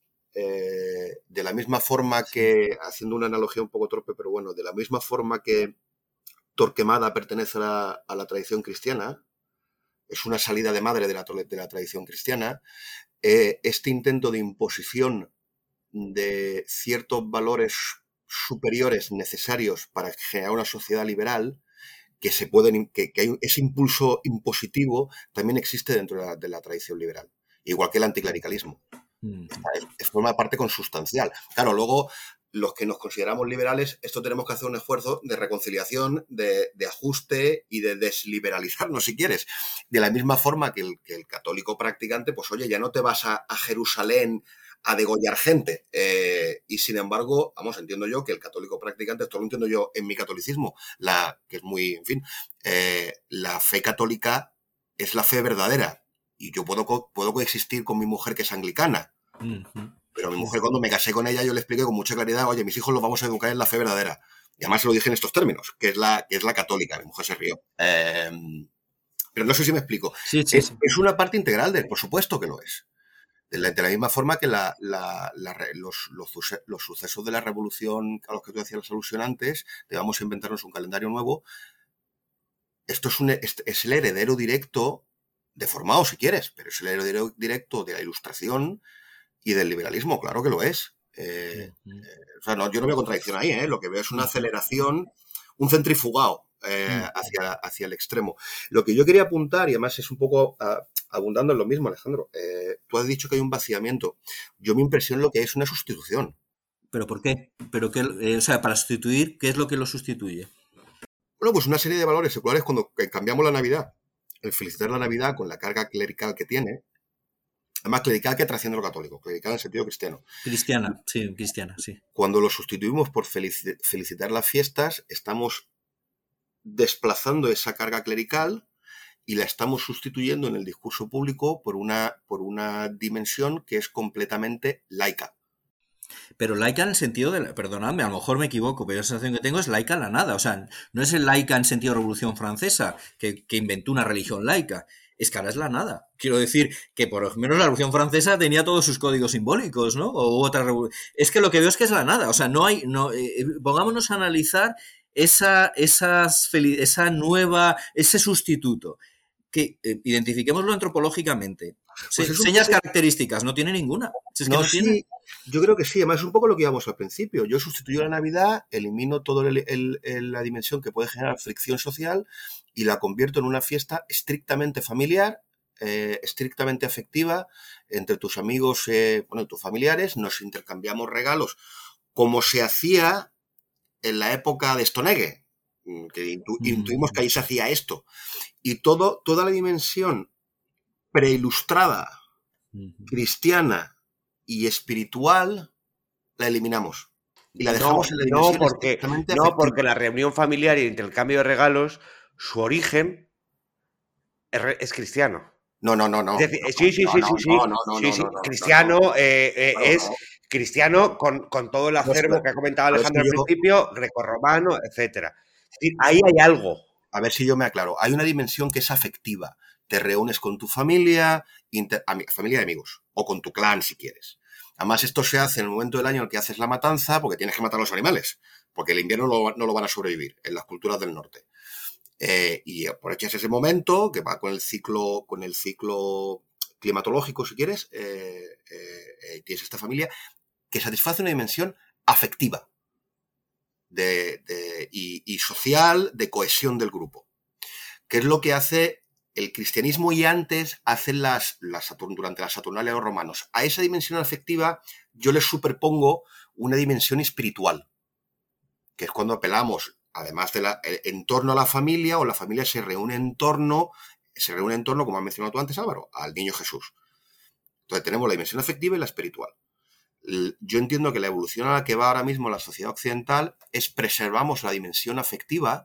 eh, de la misma forma que, haciendo una analogía un poco torpe, pero bueno, de la misma forma que Torquemada pertenece a la, a la tradición cristiana, es una salida de madre de la, de la tradición cristiana, eh, este intento de imposición de ciertos valores superiores necesarios para generar una sociedad liberal, que se pueden, que, que hay ese impulso impositivo también existe dentro de la, de la tradición liberal, igual que el anticlericalismo. Mm. Es, es forma parte consustancial. Claro, luego los que nos consideramos liberales, esto tenemos que hacer un esfuerzo de reconciliación, de, de ajuste y de desliberalizarnos, si quieres. De la misma forma que el, que el católico practicante, pues oye, ya no te vas a, a Jerusalén a degollar gente. Eh, y sin embargo, vamos, entiendo yo que el católico practicante, esto lo entiendo yo en mi catolicismo, la, que es muy, en fin, eh, la fe católica es la fe verdadera. Y yo puedo, co puedo coexistir con mi mujer que es anglicana. Uh-huh. Pero a mi mujer, cuando me casé con ella, yo le expliqué con mucha claridad, oye, mis hijos los vamos a educar en la fe verdadera. Y además se lo dije en estos términos, que es la, que es la católica. Mi mujer se rió. Eh, pero no sé si me explico. Sí, sí, es, sí. es una parte integral de, por supuesto que lo es. De la, de la misma forma que la, la, la, los, los, los sucesos de la revolución a los que tú hacías alusión antes, de vamos a inventarnos un calendario nuevo, esto es, un, es, es el heredero directo, deformado si quieres, pero es el heredero directo de la Ilustración y del liberalismo, claro que lo es. Eh, uh-huh. eh, o sea, no, yo no veo contradicción ahí, ¿eh? Lo que veo es una aceleración, un centrifugado eh, uh-huh. hacia, hacia el extremo. Lo que yo quería apuntar, y además es un poco uh, abundando en lo mismo, Alejandro, eh, tú has dicho que hay un vaciamiento. Yo mi impresión lo que es una sustitución. ¿Pero por qué? ¿Pero qué, eh, o sea, para sustituir, ¿qué es lo que lo sustituye? Bueno, pues una serie de valores seculares cuando cambiamos la Navidad, el felicitar la Navidad con la carga clerical que tiene. Además, clerical que trasciende lo católico, clerical en sentido cristiano. Cristiana, sí, cristiana, sí. Cuando lo sustituimos por felici felicitar las fiestas, estamos desplazando esa carga clerical y la estamos sustituyendo en el discurso público por una, por una dimensión que es completamente laica. Pero laica en el sentido de, la, perdonadme, a lo mejor me equivoco, pero la sensación que tengo es laica a la nada. O sea, no es el laica en sentido Revolución Francesa, que, que inventó una religión laica. Es que ahora es la nada. Quiero decir que por lo menos la Revolución Francesa tenía todos sus códigos simbólicos, ¿no? O otra revolución. Es que lo que veo es que es la nada. O sea, no hay. No, eh, pongámonos a analizar esa, esas, esa nueva, ese sustituto. Que eh, identifiquémoslo antropológicamente. Pues Se, señas poco... características, no tiene ninguna. Si es que no, no sí, tiene. Yo creo que sí, además es un poco lo que íbamos al principio. Yo sustituyo la Navidad, elimino toda el, el, el, la dimensión que puede generar fricción social y la convierto en una fiesta estrictamente familiar, eh, estrictamente afectiva, entre tus amigos, eh, bueno, tus familiares, nos intercambiamos regalos, como se hacía en la época de Stonehenge, que intu, mm. intuimos que ahí se hacía esto. Y todo, toda la dimensión preilustrada, mm. cristiana y espiritual, la eliminamos. Y la dejamos no, en la dimensión no porque, no, porque la reunión familiar y el intercambio de regalos, su origen es, es cristiano. No, no, no, no. Es decir, no, sí, sí, no, sí, no, sí, sí, no, no, no, sí, sí. No, no, cristiano no, no. Eh, eh, Claro, es no. cristiano con, con todo el acervo no, que ha comentado Alejandro al yo... principio, grecorromano, etcétera. Es decir, ahí hay algo. A ver si yo me aclaro. Hay una dimensión que es afectiva. Te reúnes con tu familia, inter... familia de amigos, o con tu clan si quieres. Además, esto se hace en el momento del año en el que haces la matanza, porque tienes que matar a los animales, porque el invierno no, no lo van a sobrevivir en las culturas del norte. Eh, y aprovechas ese momento que va con el ciclo, con el ciclo climatológico, si quieres, eh, eh, eh, tienes esta familia que satisface una dimensión afectiva de, de, y, y social de cohesión del grupo, que es lo que hace el cristianismo y antes hacen las, las durante la Saturnalia de los romanos. A esa dimensión afectiva yo le superpongo una dimensión espiritual, que es cuando apelamos, además de la, en torno a la familia, o la familia se reúne en torno, se reúne en torno, como has mencionado tú antes, Álvaro, al niño Jesús. Entonces tenemos la dimensión afectiva y la espiritual. Yo entiendo que la evolución a la que va ahora mismo la sociedad occidental es preservamos la dimensión afectiva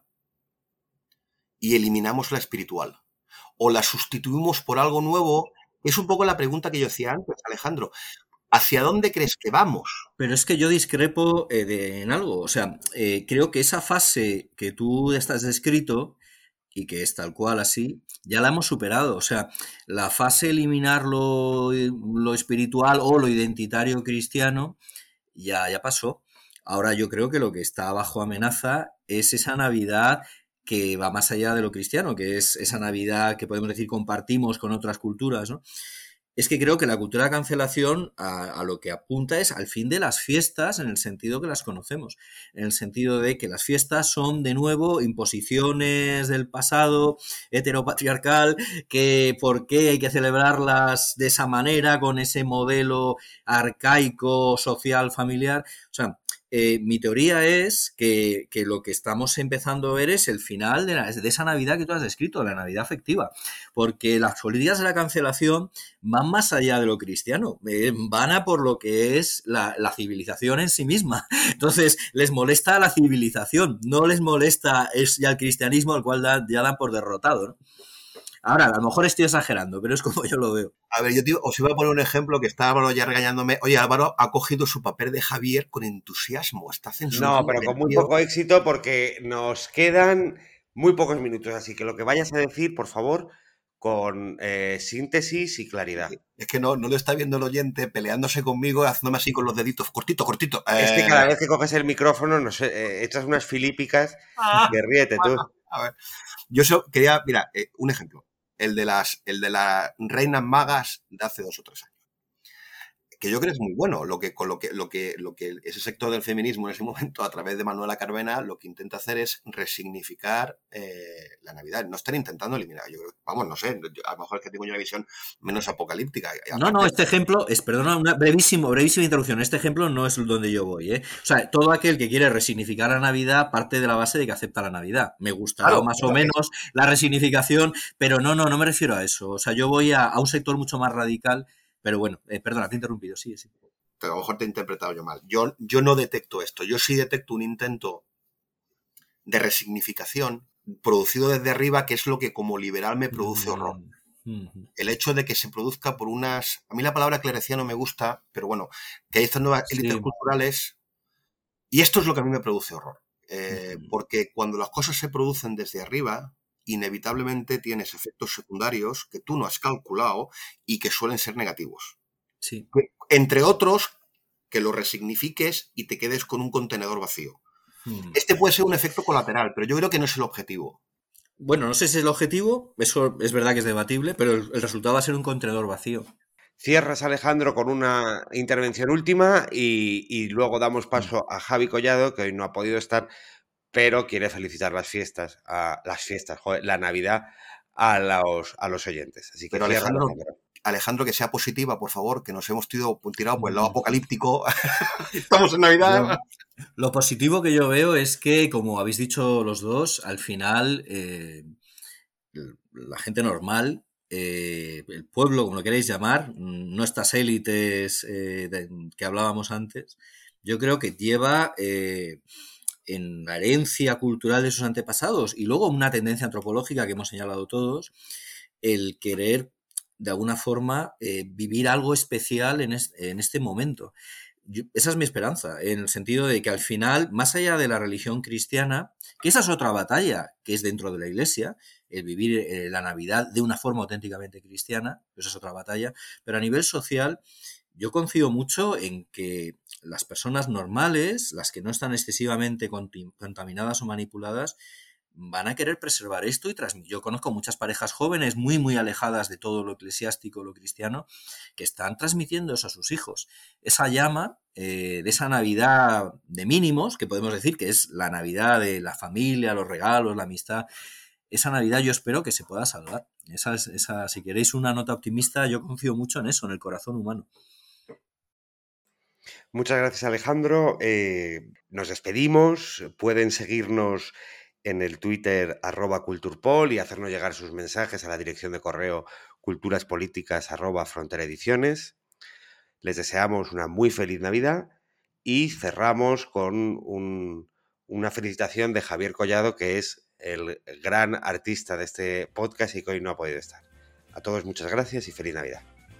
y eliminamos la espiritual. O la sustituimos por algo nuevo. Es un poco la pregunta que yo hacía antes, Alejandro. ¿Hacia dónde crees que vamos? Pero es que yo discrepo eh, de, en algo. O sea, eh, creo que esa fase que tú estás descrito y que es tal cual así, ya la hemos superado. O sea, la fase eliminar lo, lo espiritual o lo identitario cristiano ya, ya pasó. Ahora yo creo que lo que está bajo amenaza es esa Navidad que va más allá de lo cristiano, que es esa Navidad que podemos decir compartimos con otras culturas, ¿no? Es que creo que la cultura de cancelación a, a lo que apunta es al fin de las fiestas en el sentido que las conocemos, en el sentido de que las fiestas son de nuevo imposiciones del pasado heteropatriarcal, que por qué hay que celebrarlas de esa manera, con ese modelo arcaico, social, familiar. O sea, Eh, mi teoría es que, que lo que estamos empezando a ver es el final de, la, de esa Navidad que tú has descrito, la Navidad afectiva, porque las políticas de la cancelación van más allá de lo cristiano, eh, van a por lo que es la, la civilización en sí misma. Entonces, les molesta la civilización, no les molesta es ya el cristianismo, al cual da, ya dan por derrotado, ¿no? Ahora, a lo mejor estoy exagerando, pero es como yo lo veo. A ver, yo te, os iba a poner un ejemplo que está Álvaro ya regañándome. Oye, Álvaro ha cogido su papel de Javier con entusiasmo. Está censurando. No, pero con muy poco éxito porque nos quedan muy pocos minutos. Así que lo que vayas a decir, por favor, con eh, síntesis y claridad. Es que no, no lo está viendo el oyente peleándose conmigo, haciéndome así con los deditos. Cortito, cortito. Eh... Es que cada vez que coges el micrófono nos eh, echas unas filípicas ah, que ríete tú. A ver, yo so, quería, mira, eh, un ejemplo. El de las el de las reinas magas de hace dos o tres años. Que yo creo que es muy bueno. Lo que, con lo que, lo que, lo que ese sector del feminismo en ese momento, a través de Manuela Carmena, lo que intenta hacer es resignificar eh, la Navidad. No están intentando eliminar. Yo creo, vamos, no sé, a lo mejor es que tengo yo una visión menos apocalíptica. No, no, este ejemplo, es, perdona, una brevísimo, brevísima interrupción. Este ejemplo no es donde yo voy, ¿eh? O sea, todo aquel que quiere resignificar la Navidad parte de la base de que acepta la Navidad. Me gustará claro, más o menos la resignificación, pero no, no, no me refiero a eso. O sea, yo voy a, a un sector mucho más radical. Pero bueno, eh, perdona, te he interrumpido, sí, sí. Pero a lo mejor te he interpretado yo mal. Yo, yo no detecto esto. Yo sí detecto un intento de resignificación producido desde arriba, que es lo que como liberal me produce horror. Mm-hmm. El hecho de que se produzca por unas... A mí la palabra clerecía no me gusta, pero bueno, que hay estas nuevas élites sí. culturales... Y esto es lo que a mí me produce horror. Eh, mm-hmm. Porque cuando las cosas se producen desde arriba... inevitablemente tienes efectos secundarios que tú no has calculado y que suelen ser negativos. Sí. Entre otros, que lo resignifiques y te quedes con un contenedor vacío. Hmm. Este puede ser un efecto colateral, pero yo creo que no es el objetivo. Bueno, no sé si es el objetivo, eso es verdad que es debatible, pero el, el resultado va a ser un contenedor vacío. Cierras, Alejandro, con una intervención última y, y luego damos paso a Javi Collado, que hoy no ha podido estar, pero quiere felicitar las fiestas, a las fiestas, joder, la Navidad a los, a los oyentes. Así que pero Alejandro, Alejandro. Alejandro, que sea positiva, por favor, que nos hemos tirado, tirado por el lado apocalíptico. Estamos en Navidad. Lo, lo positivo que yo veo es que, como habéis dicho los dos, al final eh, la gente normal, eh, el pueblo, como lo queréis llamar, no estas élites eh, de, que hablábamos antes, yo creo que lleva... Eh, en la herencia cultural de sus antepasados y luego una tendencia antropológica que hemos señalado todos, el querer de alguna forma eh, vivir algo especial en este, en este momento. Yo, esa es mi esperanza, en el sentido de que al final, más allá de la religión cristiana, que esa es otra batalla que es dentro de la Iglesia, el vivir eh, la Navidad de una forma auténticamente cristiana, esa es otra batalla, pero a nivel social yo confío mucho en que las personas normales, las que no están excesivamente contaminadas o manipuladas, van a querer preservar esto y transmitir. Yo conozco muchas parejas jóvenes muy, muy alejadas de todo lo eclesiástico, lo cristiano, que están transmitiendo eso a sus hijos. Esa llama eh, de esa Navidad de mínimos, que podemos decir que es la Navidad de la familia, los regalos, la amistad, esa Navidad yo espero que se pueda salvar. Esa, esa, si queréis una nota optimista, yo confío mucho en eso, en el corazón humano. Muchas gracias, Alejandro. Eh, nos despedimos. Pueden seguirnos en el Twitter arroba culturpol y hacernos llegar sus mensajes a la dirección de correo culturaspolíticas arroba fronteraediciones. Les deseamos una muy feliz Navidad y cerramos con un, una felicitación de Javier Collado, que es el gran artista de este podcast y que hoy no ha podido estar. A todos muchas gracias y feliz Navidad.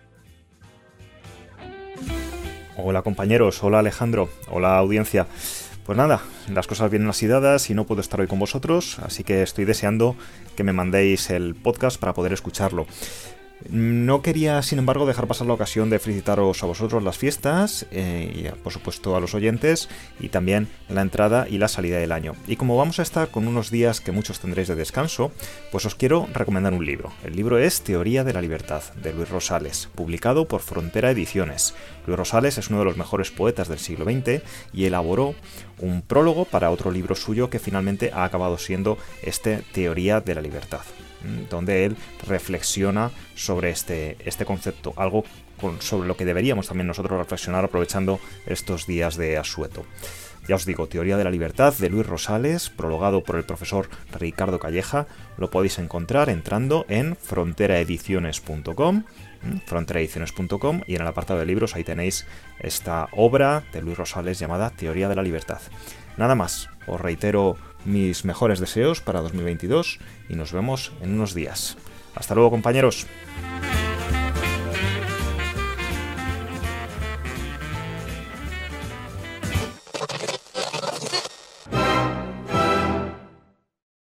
Hola compañeros, hola Alejandro, hola audiencia. Pues nada, las cosas vienen así dadas y no puedo estar hoy con vosotros, así que estoy deseando que me mandéis el podcast para poder escucharlo. No quería, sin embargo, dejar pasar la ocasión de felicitaros a vosotros las fiestas, eh, y por supuesto a los oyentes, y también la entrada y la salida del año. Y como vamos a estar con unos días que muchos tendréis de descanso, pues os quiero recomendar un libro. El libro es Teoría de la Libertad, de Luis Rosales, publicado por Frontera Ediciones. Luis Rosales es uno de los mejores poetas del siglo veinte y elaboró un prólogo para otro libro suyo que finalmente ha acabado siendo este Teoría de la Libertad, donde él reflexiona sobre este, este concepto, algo con, sobre lo que deberíamos también nosotros reflexionar aprovechando estos días de asueto. Ya os digo, Teoría de la Libertad de Luis Rosales, prologado por el profesor Ricardo Calleja, lo podéis encontrar entrando en frontera ediciones punto com, frontera ediciones punto com, y en el apartado de libros ahí tenéis esta obra de Luis Rosales llamada Teoría de la Libertad. Nada más, os reitero mis mejores deseos para dos mil veintidós y nos vemos en unos días. Hasta luego, compañeros.